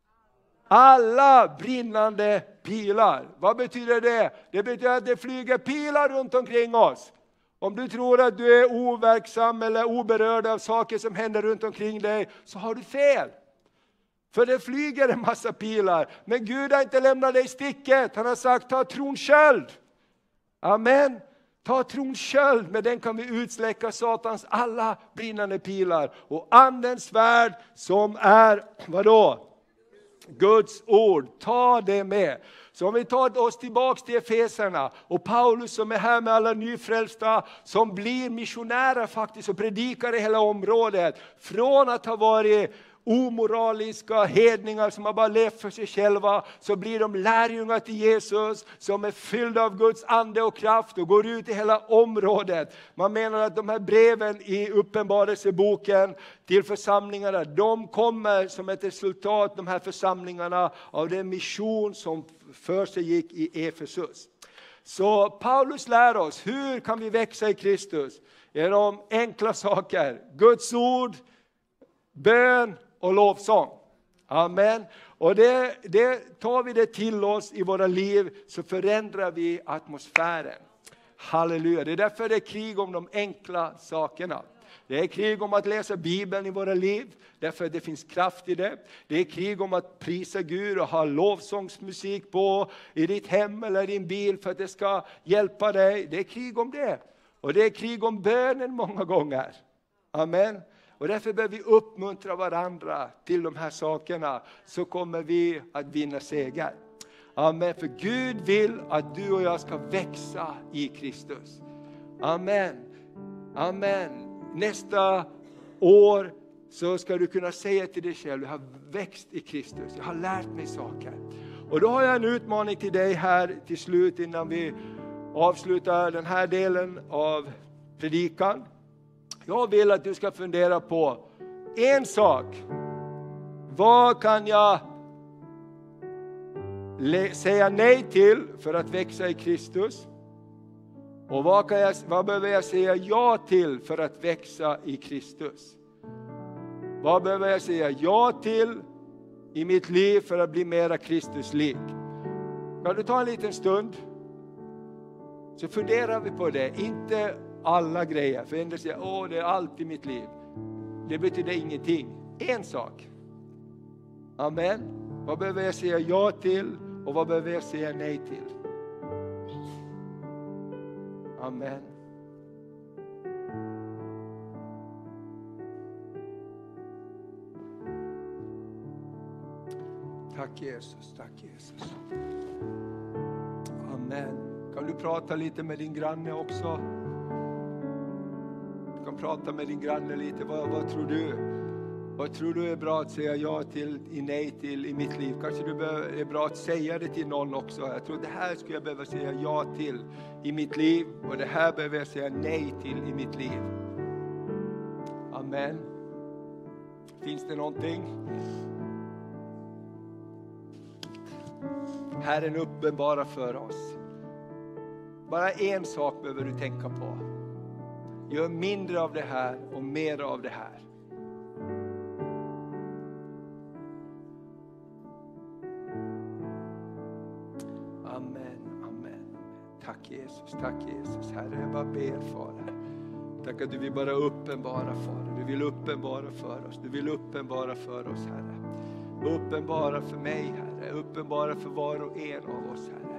alla brinnande pilar. Vad betyder det? Det betyder att det flyger pilar runt omkring oss. Om du tror att du är overksam eller oberörd av saker som händer runt omkring dig, så har du fel. För det flyger en massa pilar. Men Gud har inte lämnat dig i sticket. Han har sagt, ta trons sköld. Amen. Ta trons sköld, med den kan vi utsläcka Satans alla brinnande pilar. Och andens svärd som är, vadå? Guds ord. Ta det med. Så om vi tar oss tillbaka till Efeserna. Och Paulus som är här med alla nyfrälsta. Som blir missionärer faktiskt och predikar i hela området. Från att ha varit omoraliska hedningar som har bara levt för sig själva, så blir de lärjungar till Jesus som är fyllda av Guds ande och kraft och går ut i hela området. Man menar att de här breven i uppenbarelseboken till församlingarna, de kommer som ett resultat, de här församlingarna, av den mission som för sig gick i Efesus. Så Paulus lär oss, hur kan vi växa i Kristus? Genom enkla saker, Guds ord, bön och lovsång. Amen. Och det tar vi det till oss i våra liv, så förändrar vi atmosfären. Halleluja. Det är därför det är krig om de enkla sakerna. Det är krig om att läsa Bibeln i våra liv, därför att det finns kraft i det. Det är krig om att prisa Gud och ha lovsångsmusik på i ditt hem eller i din bil för att det ska hjälpa dig. Det är krig om det. Och det är krig om bönen många gånger. Amen. Och därför behöver vi uppmuntra varandra till de här sakerna, så kommer vi att vinna seger. Amen. För Gud vill att du och jag ska växa i Kristus. Amen. Amen. Nästa år så ska du kunna säga till dig själv: jag har växt i Kristus, jag har lärt mig saker. Och då har jag en utmaning till dig här till slut, innan vi avslutar den här delen av predikan. Jag vill att du ska fundera på en sak. Vad kan jag säga nej till för att växa i Kristus? Och vad behöver jag säga ja till för att växa i Kristus? Vad behöver jag säga ja till i mitt liv för att bli mera Kristuslik? Kan du ta en liten stund? Så funderar vi på det. Inte alla grejer. För en del säger, det är allt i mitt liv. Det betyder ingenting. En sak. Amen. Vad behöver jag säga ja till? Och vad behöver jag säga nej till? Amen. Tack Jesus, tack Jesus. Amen. Kan du prata lite med din granne också? Du kan prata med din granne lite. Vad tror du? Vad tror du är bra att säga ja till, nej till i mitt liv? Kanske det är bra att säga det till någon också. Jag tror det här skulle jag behöva säga ja till i mitt liv. Och det här behöver jag säga nej till i mitt liv. Amen. Finns det någonting? Herren uppenbara för oss. Bara en sak behöver du tänka på. Gör mindre av det här och mer av det här. Amen, amen. Tack Jesus, tack Jesus. Herre, jag bara ber Fader. Tack att du vill bara uppenbara Fader. Du vill uppenbara för oss. Du vill uppenbara för oss Herre. Uppenbara för mig Herre. Uppenbara för var och en av oss Herre.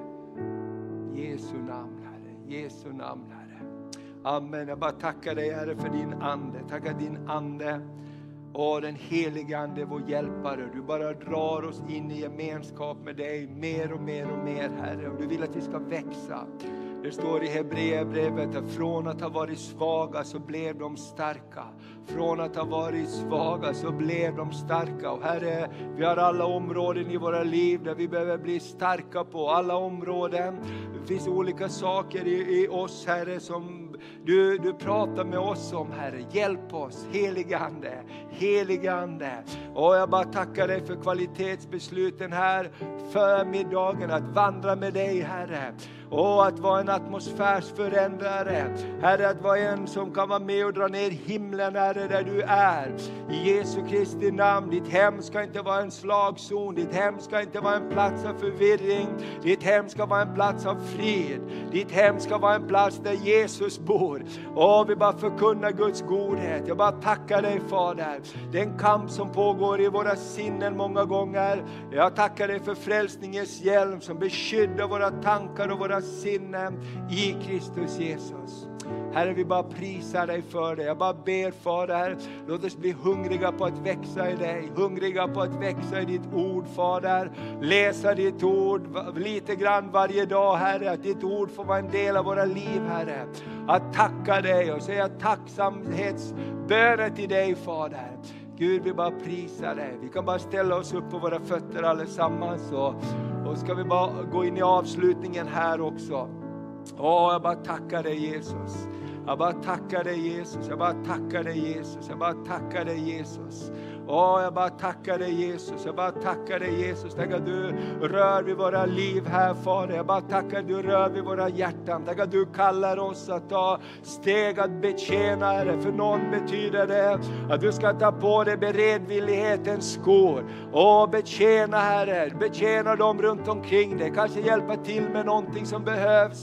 Jesu namn Herre. Jesu namn Herre. Amen. Jag bara tackar dig Herre för din ande. Tackar din ande. Och den heliga ande, vår hjälpare. Du bara drar oss in i gemenskap med dig mer och mer och mer Herre. Och du vill att vi ska växa. Det står i Hebreerbrevet att från att ha varit svaga så blev de starka. Från att ha varit svaga så blev de starka. Och Herre, vi har alla områden i våra liv där vi behöver bli starka på. Alla områden. Det finns olika saker i oss Herre som du pratar med oss om Herre. Hjälp oss, helige ande. Helige ande. Och jag bara tackar dig för kvalitetsbesluten här förmiddagen. Att vandra med dig Herre. Och att vara en atmosfärsförändrare. Herre, att vara en som kan vara med och dra ner himlen Herre där du är. I Jesu Kristi namn. Ditt hem ska inte vara en slagzon. Ditt hem ska inte vara en plats av förvirring. Ditt hem ska vara en plats av frid. Ditt hem ska vara en plats där Jesus bor. Och vi bara förkunnar Guds godhet. Jag bara tackar dig Fader. Den kamp som pågår i våra sinnen många gånger. Jag tackar dig för frälsningens hjälm som beskyddar våra tankar och våra sinnen i Kristus Jesus. Herre, vi bara prisar dig för det. Jag bara ber Fader, låt oss bli hungriga på att växa i dig. Hungriga på att växa i ditt ord Fader. Läsa ditt ord lite grann varje dag Herre. Att ditt ord får vara en del av våra liv Herre. Att tacka dig och säga tacksamhetsböner till dig Fader. Gud, vi bara prisar dig. Vi kan bara ställa oss upp på våra fötter allesammans. Och ska vi bara gå in i avslutningen här också. Jag bara tackar dig Jesus. Jag bara tackar dig Jesus. Jag bara tackar dig Jesus. Jag bara tackar dig Jesus. Jag bara tackar dig Jesus. Jag bara tackar dig Jesus. Tack att du rör vid våra liv här Fader. Jag bara tackar att du rör vid våra hjärtan. Tack att du kallar oss att ta steg att betjäna Herre. För någon betyder det att du ska ta på dig beredvillighetens skor. Och betjäna Herre. Betjäna dem runt omkring dig. Kanske hjälpa till med någonting som behövs.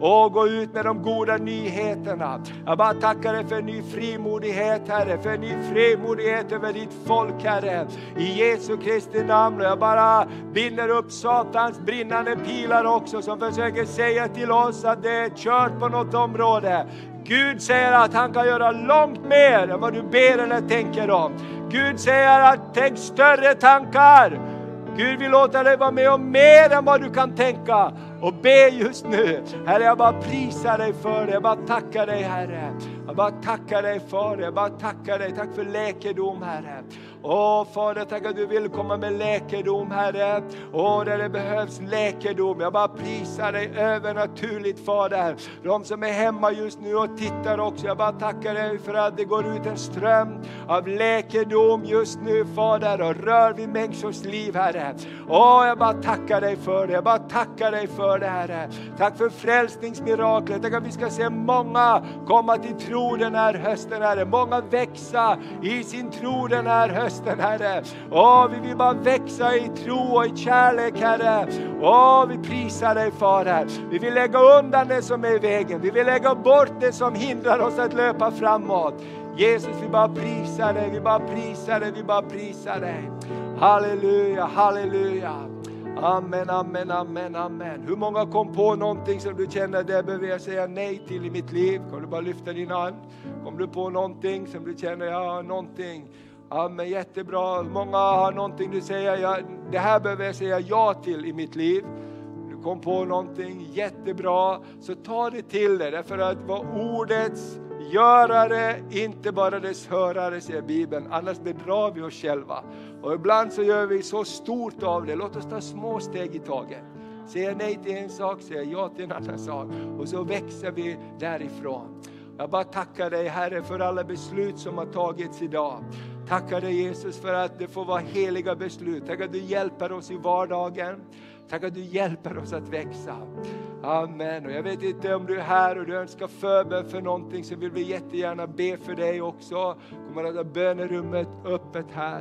Och gå ut med de goda nyheterna. Jag bara tackar dig för en ny frimodighet, Herre. För en ny frimodighet över ditt folk, Herre. I Jesu Kristi namn. Och jag bara binder upp Satans brinnande pilar också, som försöker säga till oss att det är kört på något område. Gud säger att han kan göra långt mer än vad du ber eller tänker om. Gud säger att tänk större tankar. Gud vill låta dig vara med om mer än vad du kan tänka. Och be just nu. Herre, jag bara prisar dig för det. Jag bara tackar dig, Herre. Jag bara tackar dig för det. Jag bara tackar dig. Tack för läkedom, Herre. Åh, Fader, tack att du vill komma med läkedom, Herre. Åh, där det behövs läkedom. Jag bara prisar dig övernaturligt, Fader. De som är hemma just nu och tittar också. Jag bara tackar dig för att det går ut en ström av läkedom just nu, Fader. Och rör vid människors liv, Herre. Åh, jag bara tackar dig för det. Jag bara tackar dig för det, Herre. Tack för frälsningsmiraklet. Tack att vi ska se många komma till tro den här hösten, Herre. Många växa i sin tro den här hösten, Herre. Åh, vi vill bara växa i tro och i kärlek, Herre. Åh, vi prisar dig, Fader. Vi vill lägga undan det som är i vägen. Vi vill lägga bort det som hindrar oss att löpa framåt. Jesus, vi bara prisar dig. Vi bara prisar dig. Vi bara prisar dig. Halleluja, halleluja. Amen, amen, amen, amen. Hur många kom på någonting som du känner det behöver jag säga nej till i mitt liv? Kan du bara lyfta din hand? Kom du på någonting som du känner, ja, någonting. Amen, jättebra. Många har någonting du säger, ja, det här behöver jag säga ja till i mitt liv. Du kom på någonting, jättebra. Så ta det till dig, därför att vad ordets görare, inte bara dess hörare, säger Bibeln. Annars bedrar vi oss själva. Och ibland så gör vi så stort av det. Låt oss ta små steg i taget. Säga nej till en sak, säga ja till en annan sak. Och så växer vi därifrån. Jag bara tackar dig, Herre, för alla beslut som har tagits idag. Tackar dig, Jesus, för att det får vara heliga beslut. Tack att du hjälper oss i vardagen. Tack att du hjälper oss att växa. Amen. Och jag vet inte om du är här och du önskar förbön för någonting, så vill vi jättegärna be för dig också. Kommer att ha bönerummet öppet här.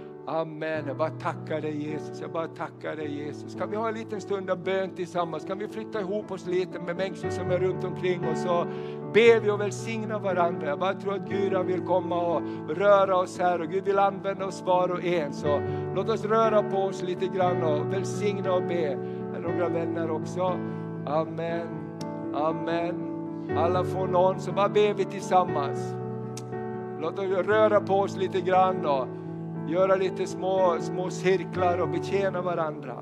Amen. Jag bara tackar dig, Jesus. Jag bara tackar dig, Jesus. Kan vi ha en liten stund av bön tillsammans? Kan vi flytta ihop oss lite med människor som är runt omkring oss, så ber vi och välsigna varandra. Jag bara tror att Gud vill komma och röra oss här, och Gud vill använda oss var och en. Så låt oss röra på oss lite grann och välsigna och be. Några vänner också. Amen. Amen. Alla får någon, så bara ber vi tillsammans. Låt oss röra på oss lite grann och göra lite små cirklar och betjäna varandra.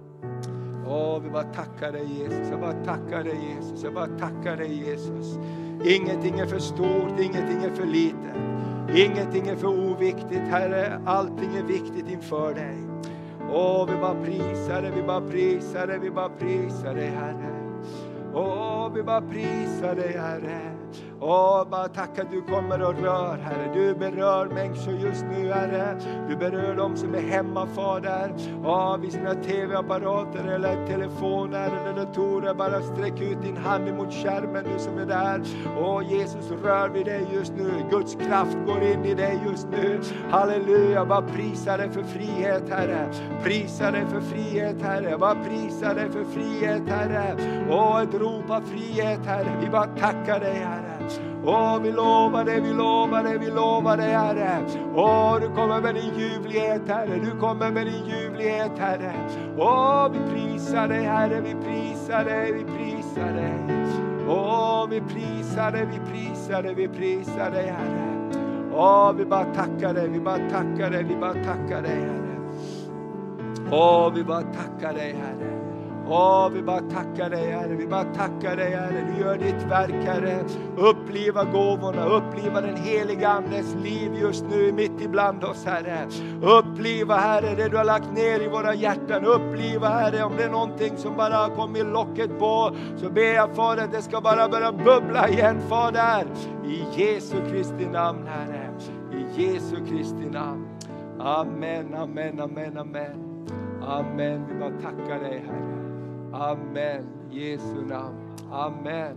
Åh, vi bara tackar dig, Jesus. Jag bara tackar dig, Jesus. Jag bara tackar dig, Jesus. Ingenting är för stort, ingenting är för litet. Ingenting är för oviktigt, Herre. Allting är viktigt inför dig. Åh, vi bara prisar dig, vi bara prisar dig, vi bara prisar dig, Herre. Åh, vi bara prisar dig, Herre. Åh, bara tack att du kommer och rör, Herre. Du berör människor just nu, Herre. Du berör dem som är hemma, Fader. Åh, vid sina tv-apparater eller telefoner eller datorer. Bara sträck ut din hand emot skärmen, du som är där. Åh, Jesus, rör vid dig just nu. Guds kraft går in i dig just nu. Halleluja, bara prisa dig för frihet, Herre. Prisa dig för frihet, Herre. Bara prisa dig för frihet, Herre. Åh, ett rop av frihet, Herre. Vi bara tackar dig, Herre. Åh, vi lovar dig, vi lovar dig, vi lovar dig, Herre. Åh, du kommer med din ljuvlighet, Herre. Du kommer med din ljuvlighet, Herre. Åh, vi prisar dig, Herre. Vi prisar dig, vi prisar dig. Åh, vi prisar dig, vi prisar dig, vi prisar dig, Herre. Åh, vi bara tackar dig, vi bara tackar dig, vi bara tackar dig, Herre. Åh, vi bara tackar dig, Herre. Åh, vi bara tackar dig, Herre. Vi bara tackar dig, Herre. Du gör ditt verk, Herre. Uppliva gåvorna. Uppliva den heliga Andes liv just nu mitt ibland oss, Herre. Uppliva, Herre, det du har lagt ner i våra hjärtan. Uppliva, Herre, om det är någonting som bara har kommit locket på, så ber jag, Fader, att det ska bara börja bubbla igen, Fader. I Jesu Kristi namn, Herre. I Jesu Kristi namn. Amen, amen, amen, amen. Amen. Vi bara tackar dig, Herre. Amen. Jesu namn. Amen.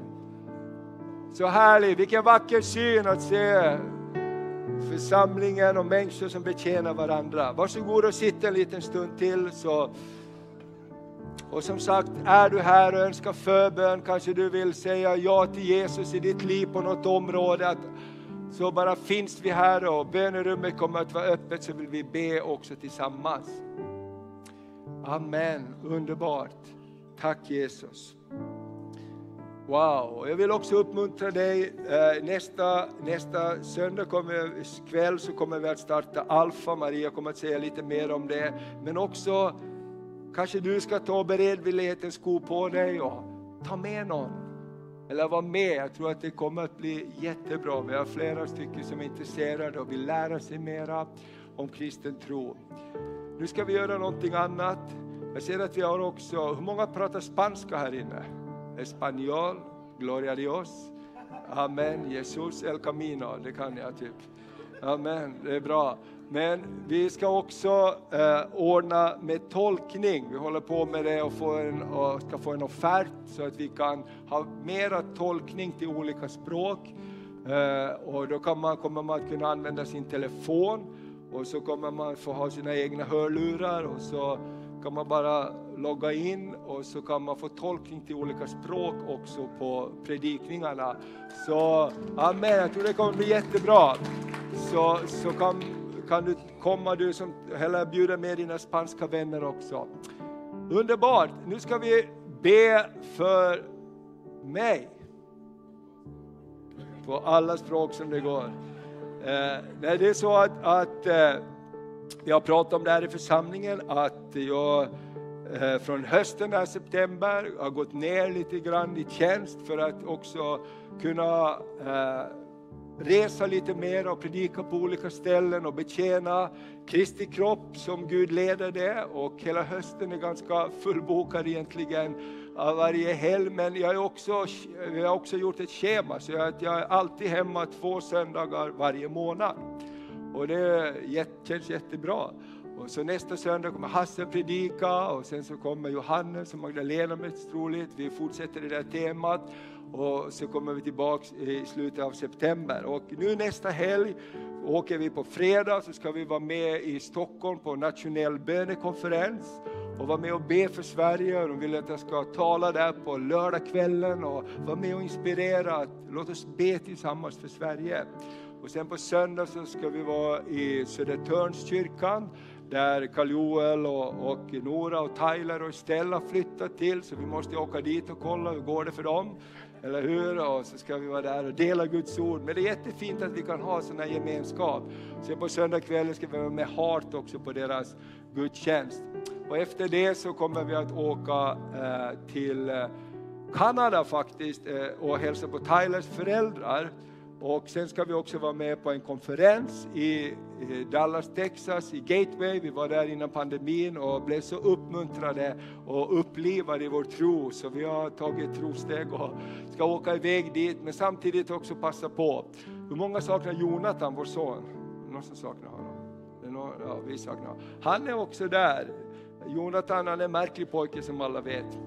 Så härligt. Vilken vacker syn att se församlingen och människor som betjänar varandra. Varsågod och sitta en liten stund till. Och som sagt, är du här och önskar förbön, kanske du vill säga ja till Jesus i ditt liv på något område, så bara finns vi här och bönerummet kommer att vara öppet, så vill vi be också tillsammans. Amen, underbart. Tack Jesus. Wow, jag vill också uppmuntra dig. Nästa söndag kväll så kommer vi att starta Alfa. Maria kommer att säga lite mer om det. Men också kanske du ska ta beredvillighetens sko på dig och ta med någon. Eller vara med. Jag tror att det kommer att bli jättebra. Vi har flera stycken som är intresserade och vill lära sig mera om kristen tro. Nu ska vi göra någonting annat. Jag ser att vi har också, hur många pratar spanska här inne? Espanol, gloria a Dios. Amen, Jesus el camino, det kan jag typ. Amen, det är bra. Men vi ska också ordna med tolkning. Vi håller på med det och ska få en offert så att vi kan ha mera tolkning till olika språk. Och då kommer man att kunna använda sin telefon. Och så kommer man få ha sina egna hörlurar och så kan man bara logga in och så kan man få tolkning till olika språk också på predikningarna. Så amen, jag tror det kommer bli jättebra. Så kan du komma, du som heller bjuda med dina spanska vänner också. Underbart, nu ska vi be för mig. På alla språk som det går. Nej, det är så att vi har pratat om det här i församlingen, att jag från hösten här september har gått ner lite grann i tjänst för att också kunna resa lite mer och predika på olika ställen och betjäna Kristi kropp som Gud leder det. Och hela hösten är ganska fullbokad egentligen av varje helg, men jag har också gjort ett schema så att jag är alltid hemma 2 söndagar varje månad. Och det känns jättebra. Och så nästa söndag kommer Hasse predika och sen så kommer Johannes och Magdalena mest troligt. Vi fortsätter det där temat och så kommer vi tillbaka i slutet av september. Och nu nästa helg åker vi på fredag, så ska vi vara med i Stockholm på nationell bönekonferens och vara med och be för Sverige. De vill att jag ska tala där på lördagskvällen och vara med och inspirera. Låt oss be tillsammans för Sverige. Och sen på söndag så ska vi vara i Södertörnskyrkan där Karl-Joel och Nora och Tyler och Stella flyttat till. Så vi måste åka dit och kolla hur går det för dem. Eller hur? Och så ska vi vara där och dela Guds ord. Men det är jättefint att vi kan ha sån här gemenskap. Sen på söndag kväll ska vi vara med Hart också på deras gudstjänst. Och efter det så kommer vi att åka till Kanada faktiskt och hälsa på Tylers föräldrar. Och sen ska vi också vara med på en konferens i Dallas, Texas, i Gateway. Vi var där innan pandemin och blev så uppmuntrade och upplivade i vår tro. Så vi har tagit trosteg och ska åka iväg dit. Men samtidigt också passa på. Hur många saknar Jonathan, vår son? Någon som saknar honom? Ja, vi saknar honom. Han är också där. Jonathan, han är en märklig pojke som alla vet.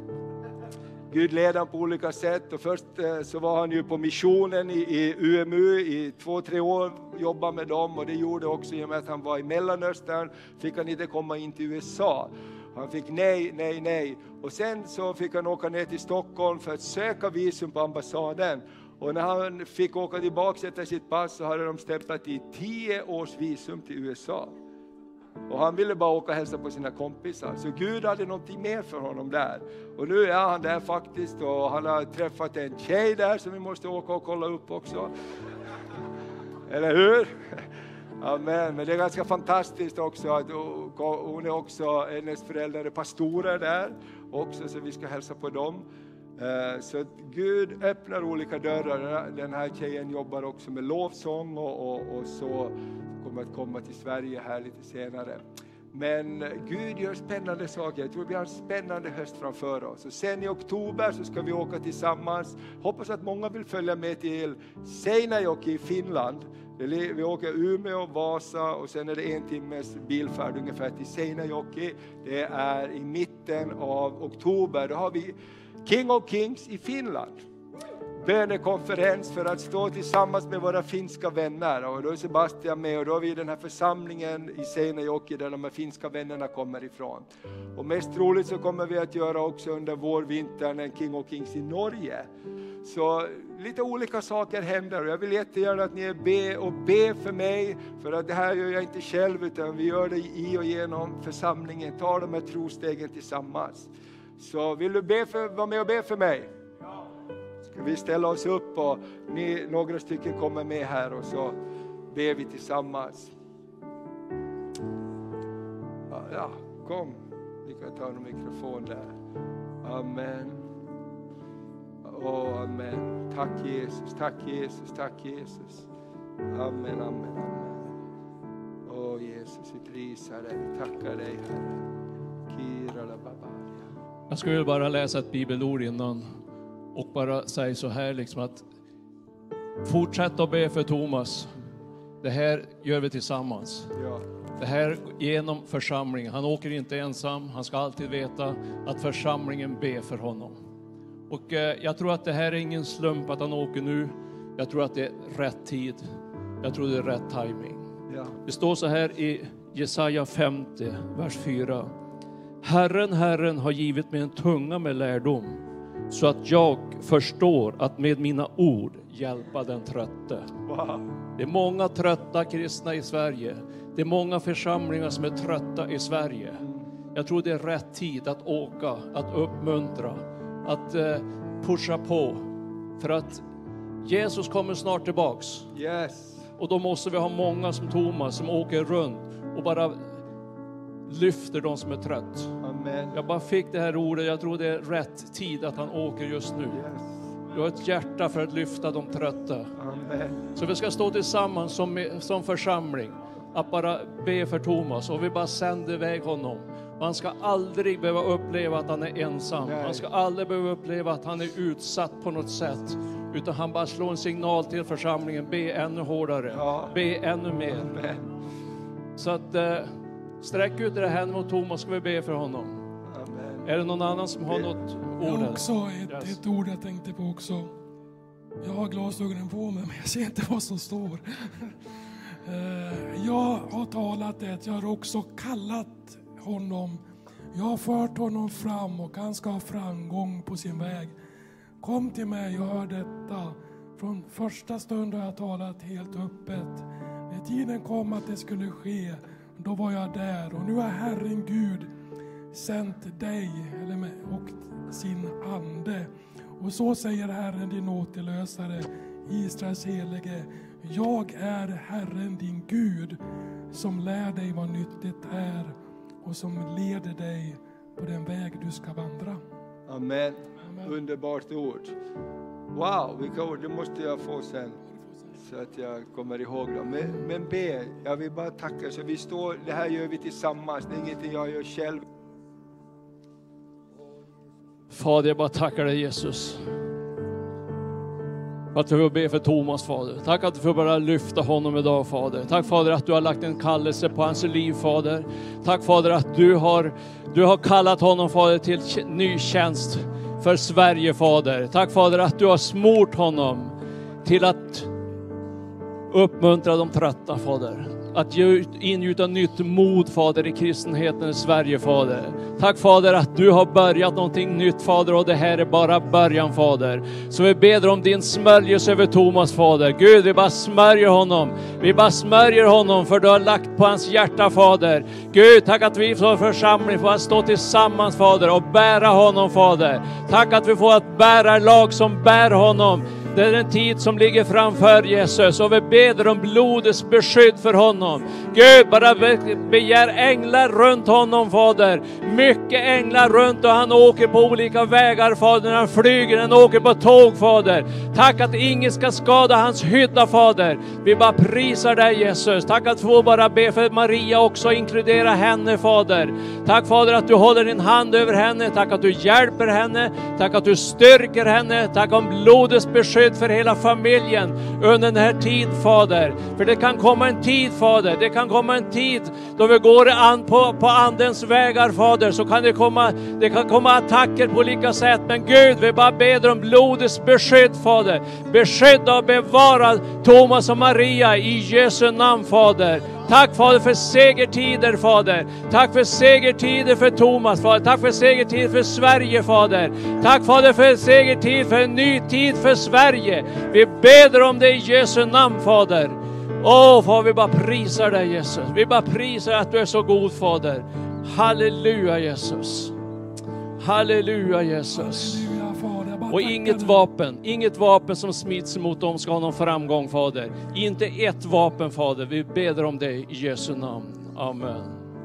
Gud leder på olika sätt, och först så var han ju på missionen i UMU i 2-3 år, jobbade med dem, och det gjorde också i och med att han var i Mellanöstern fick han inte komma in till USA. Han fick nej. Och sen så fick han åka ner till Stockholm för att söka visum på ambassaden. Och när han fick åka tillbaka och sätta sitt pass så hade de stämplat i 10 års visum till USA. Och han ville bara åka och hälsa på sina kompisar. Så Gud hade någonting mer för honom där. Och nu är han där faktiskt. Och han har träffat en tjej där som vi måste åka och kolla upp också. Eller hur? Amen. Men det är ganska fantastiskt också att hon är också, hennes föräldrar är pastorer där också, så vi ska hälsa på dem. Så Gud öppnar olika dörrar. Den här tjejen jobbar också med lovsång och så kommer att komma till Sverige här lite senare. Men Gud gör spännande saker. Jag tror vi har en spännande höst framför oss. Och sen i oktober så ska vi åka tillsammans. Hoppas att många vill följa med till Seinäjoki i Finland. Vi åker Umeå, Vasa och sen är det 1 timmes bilfärd ungefär till Seinäjoki. Det är i mitten av oktober. Då har vi King of Kings i Finland. bönekonferens för att stå tillsammans med våra finska vänner. Och då är Sebastian med och då är vi i den här församlingen i Seinäjoki där de här finska vännerna kommer ifrån. Och mest troligt så kommer vi att göra också under vårvintern en King of Kings i Norge. Så lite olika saker händer och jag vill jättegärna att ni be för mig, för att det här gör jag inte själv utan vi gör det i och genom församlingen. Ta de här trostegen tillsammans. Så vill du vara med och be för mig? Ska vi ställa oss upp och några stycken kommer med här och så ber vi tillsammans. Ja, kom. Vi kan ta en mikrofon där. Amen. Amen. Tack Jesus, tack Jesus, tack Jesus. Amen, amen, amen. Jesus, vi prisar dig, vi tackar dig Herre. Jag skulle bara läsa ett bibelord innan och bara säga så här liksom att fortsätt att be för Thomas. Det här gör vi tillsammans. Ja. Det här genom församlingen. Han åker inte ensam. Han ska alltid veta att församlingen ber för honom. Och jag tror att det här är ingen slump att han åker nu. Jag tror att det är rätt tid. Jag tror det är rätt timing. Ja. Det står så här i Jesaja 50, vers 4. Herren har givit mig en tunga med lärdom, så att jag förstår att med mina ord hjälpa den trötte. Wow. Det är många trötta kristna i Sverige. Det är många församlingar som är trötta i Sverige. Jag tror det är rätt tid att åka, att uppmuntra, att pusha på. För att Jesus kommer snart tillbaks. Yes. Och då måste vi ha många som Thomas som åker runt och bara lyfter de som är trött. Amen. Jag bara fick det här ordet. Jag tror det är rätt tid att han åker just nu. Yes. Du har ett hjärta för att lyfta de trötta. Amen. Så vi ska stå tillsammans som församling att bara be för Thomas. Och vi bara sänder iväg honom. Man ska aldrig behöva uppleva att han är ensam. Nej. Man ska aldrig behöva uppleva att han är utsatt på något sätt. Utan han bara slår en signal till församlingen. Be ännu hårdare. Ja. Be ännu mer. Amen. Så att sträck ut det här mot Thomas, ska vi be för honom. Amen. Är det någon annan som har något Jag ord? har också ett ord jag tänkte på också. Jag har glasögonen på mig men jag ser inte vad som står. Jag har talat det, jag har också kallat honom. Jag har fört honom fram och han ska ha framgång på sin väg. Kom till mig och hör detta. Från första stund har jag talat helt öppet. När tiden kom att det skulle ske, då var jag där. Och nu har Herren Gud sänt dig och sin ande. Och så säger Herren din återlösare, Israels helige. Jag är Herren din Gud som lär dig vad nyttigt är och som leder dig på den väg du ska vandra. Amen. Underbart ord. Wow, vilka ord, det måste jag få sen. Så att jag kommer ihåg dem. Men be, jag vill bara tacka. Så vi står, det här gör vi tillsammans. Det är ingenting jag gör själv. Fader, jag bara tackar dig Jesus. Att vi får be för Thomas, Fader. Tack att du får bara lyfta honom idag, Fader. Tack, Fader, att du har lagt en kallelse på hans liv, Fader. Tack, Fader, att du har kallat honom, Fader, till ny tjänst för Sverige, Fader. Tack, Fader, att du har smort honom till att uppmuntra de trötta, Fader. Att ingjuta nytt mod, Fader, i kristenheten i Sverige, Fader. Tack, Fader, att du har börjat någonting nytt, Fader, och det här är bara början, Fader. Så vi ber om din smörjelse över Thomas, Fader. Gud, vi bara smörjer honom. Vi bara smörjer honom för du har lagt på hans hjärta, Fader. Gud, tack att vi får församling får att stå tillsammans, Fader, och bära honom, Fader. Tack att vi får att bära lag som bär honom. Det är en tid som ligger framför Jesus och vi ber om blodets beskydd för honom. Gud, bara begär änglar runt honom, Fader. Mycket änglar runt och han åker på olika vägar, Fader. Han flyger, han åker på tåg, Fader. Tack att ingen ska skada hans hydda, Fader. Vi bara prisar dig, Jesus. Tack att få bara be för Maria också, inkludera henne, Fader. Tack, Fader, att du håller din hand över henne. Tack att du hjälper henne. Tack att du styrker henne. Tack om blodets beskydd beskydd för hela familjen under den här tiden, Fader. För det kan komma en tid, Fader. Det kan komma en tid då vi går på andens vägar, Fader. Så kan det kan komma attacker på olika sätt. Men Gud, vi bara ber om blodets beskydd, Fader. Beskydda och bevara Thomas och Maria i Jesu namn, Fader. Tack, Fader, för segertider, Fader. Tack för segertider för Thomas, Fader. Tack för segertider för Sverige, Fader. Tack, Fader, för segertid, för en ny tid för Sverige. Vi ber om det i Jesu namn, Fader. Fader, vi bara prisar dig, Jesus. Vi bara prisar att du är så god, Fader. Halleluja, Jesus. Halleluja, Jesus. Och inget vapen som smitts mot dem ska ha någon framgång, Fader. Inte ett vapen, Fader. Vi ber om det i Jesu namn. Amen.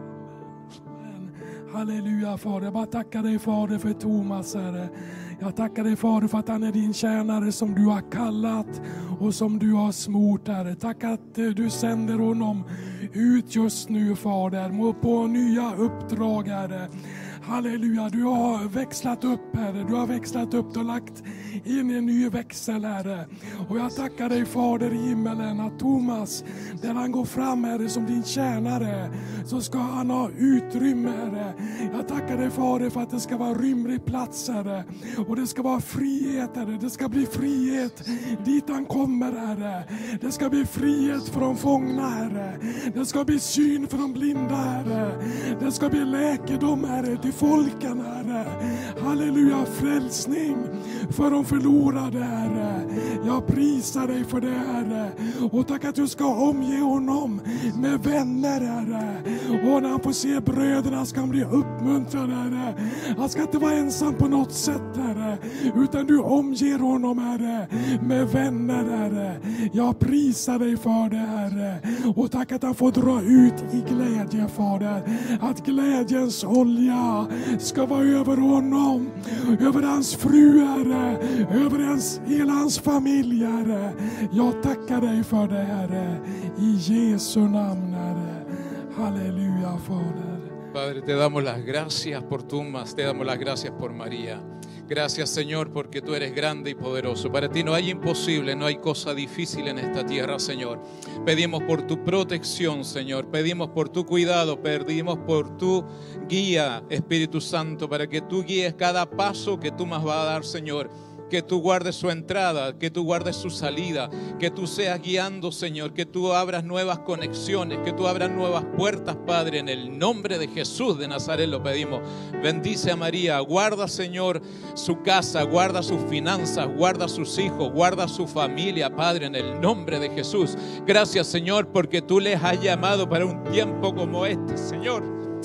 Halleluja, Fader. Jag bara tackar dig, Fader, för Thomas, Herre. Jag tackar dig, Fader, för att han är din tjänare som du har kallat och som du har smort, Herre. Tack att du sänder honom ut just nu, Fader, på nya uppdrag, Herre. Halleluja, du har växlat upp, Herre. Du har växlat upp och lagt in en ny växel, Herre. Och jag tackar dig, Fader i himmelen, att Thomas, där han går fram, Herre, som din tjänare, så ska han ha utrymme, Herre. Jag tackar dig, Fader, för att det ska vara rymlig plats, Herre. Och det ska vara frihet, Herre. Det ska bli frihet dit han kommer, Herre. Det ska bli frihet för de fångna, Herre. Det ska bli syn för de blinda, Herre. Det ska bli läkedom, Herre, till folken, Herre. Halleluja, frälsning för de förlorade, Herre. Jag prisar dig för det, Herre. Och tack att du ska omge honom med vänner, Herre. Och när han får se bröderna ska han bli uppmuntrad, Herre. Han ska inte vara ensam på något sätt, Herre. Utan du omger honom, Herre, med vänner, Herre. Jag prisar dig för det, Herre. Och tack att han får dra ut i glädje, Fader. Att glädjens olja ska vara över honom, över hans fru, Herre, över hela hans familj, Herre. Jag tackar dig för det, Herre, i Jesu namn, Herre. Halleluja, Fader. Padre, te damos las gracias por Thomas, te damos las gracias por María. Gracias, Señor, porque tú eres grande y poderoso. Para ti no hay imposible, no hay cosa difícil en esta tierra, Señor. Pedimos por tu protección, Señor. Pedimos por tu cuidado, pedimos por tu guía, Espíritu Santo, para que tú guíes cada paso que tú más vas a dar, Señor. Que tú guardes su entrada, que tú guardes su salida, que tú seas guiando, Señor, que tú abras nuevas conexiones, que tú abras nuevas puertas, Padre, en el nombre de Jesús de Nazaret lo pedimos. Bendice a María, guarda, Señor, su casa, guarda sus finanzas, guarda sus hijos, guarda su familia, Padre, en el nombre de Jesús. Gracias, Señor, porque tú les has llamado para un tiempo como este, Señor.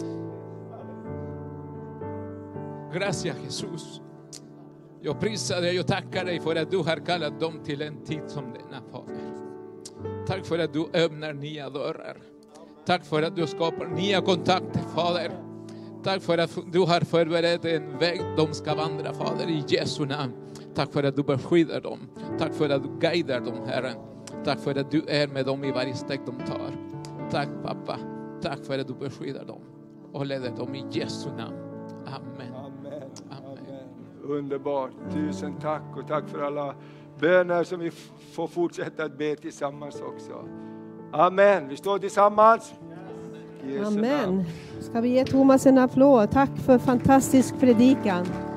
Gracias, Jesús. Jag prisar dig och tackar dig för att du har kallat dem till en tid som denna, Fader. Tack för att du öppnar nya dörrar. Tack för att du skapar nya kontakter, Fader. Tack för att du har förberett en väg de ska vandra, Fader, i Jesu namn. Tack för att du beskyddar dem. Tack för att du guidar dem, Herren. Tack för att du är med dem i varje steg de tar. Tack, pappa. Tack för att du beskyddar dem och leder dem i Jesu namn. Amen. Underbart. Tusen tack, och tack för alla böner som vi får fortsätta att be tillsammans också. Amen. Vi står tillsammans. Amen. Ska vi ge Thomas en applåd? Tack för fantastisk predikan.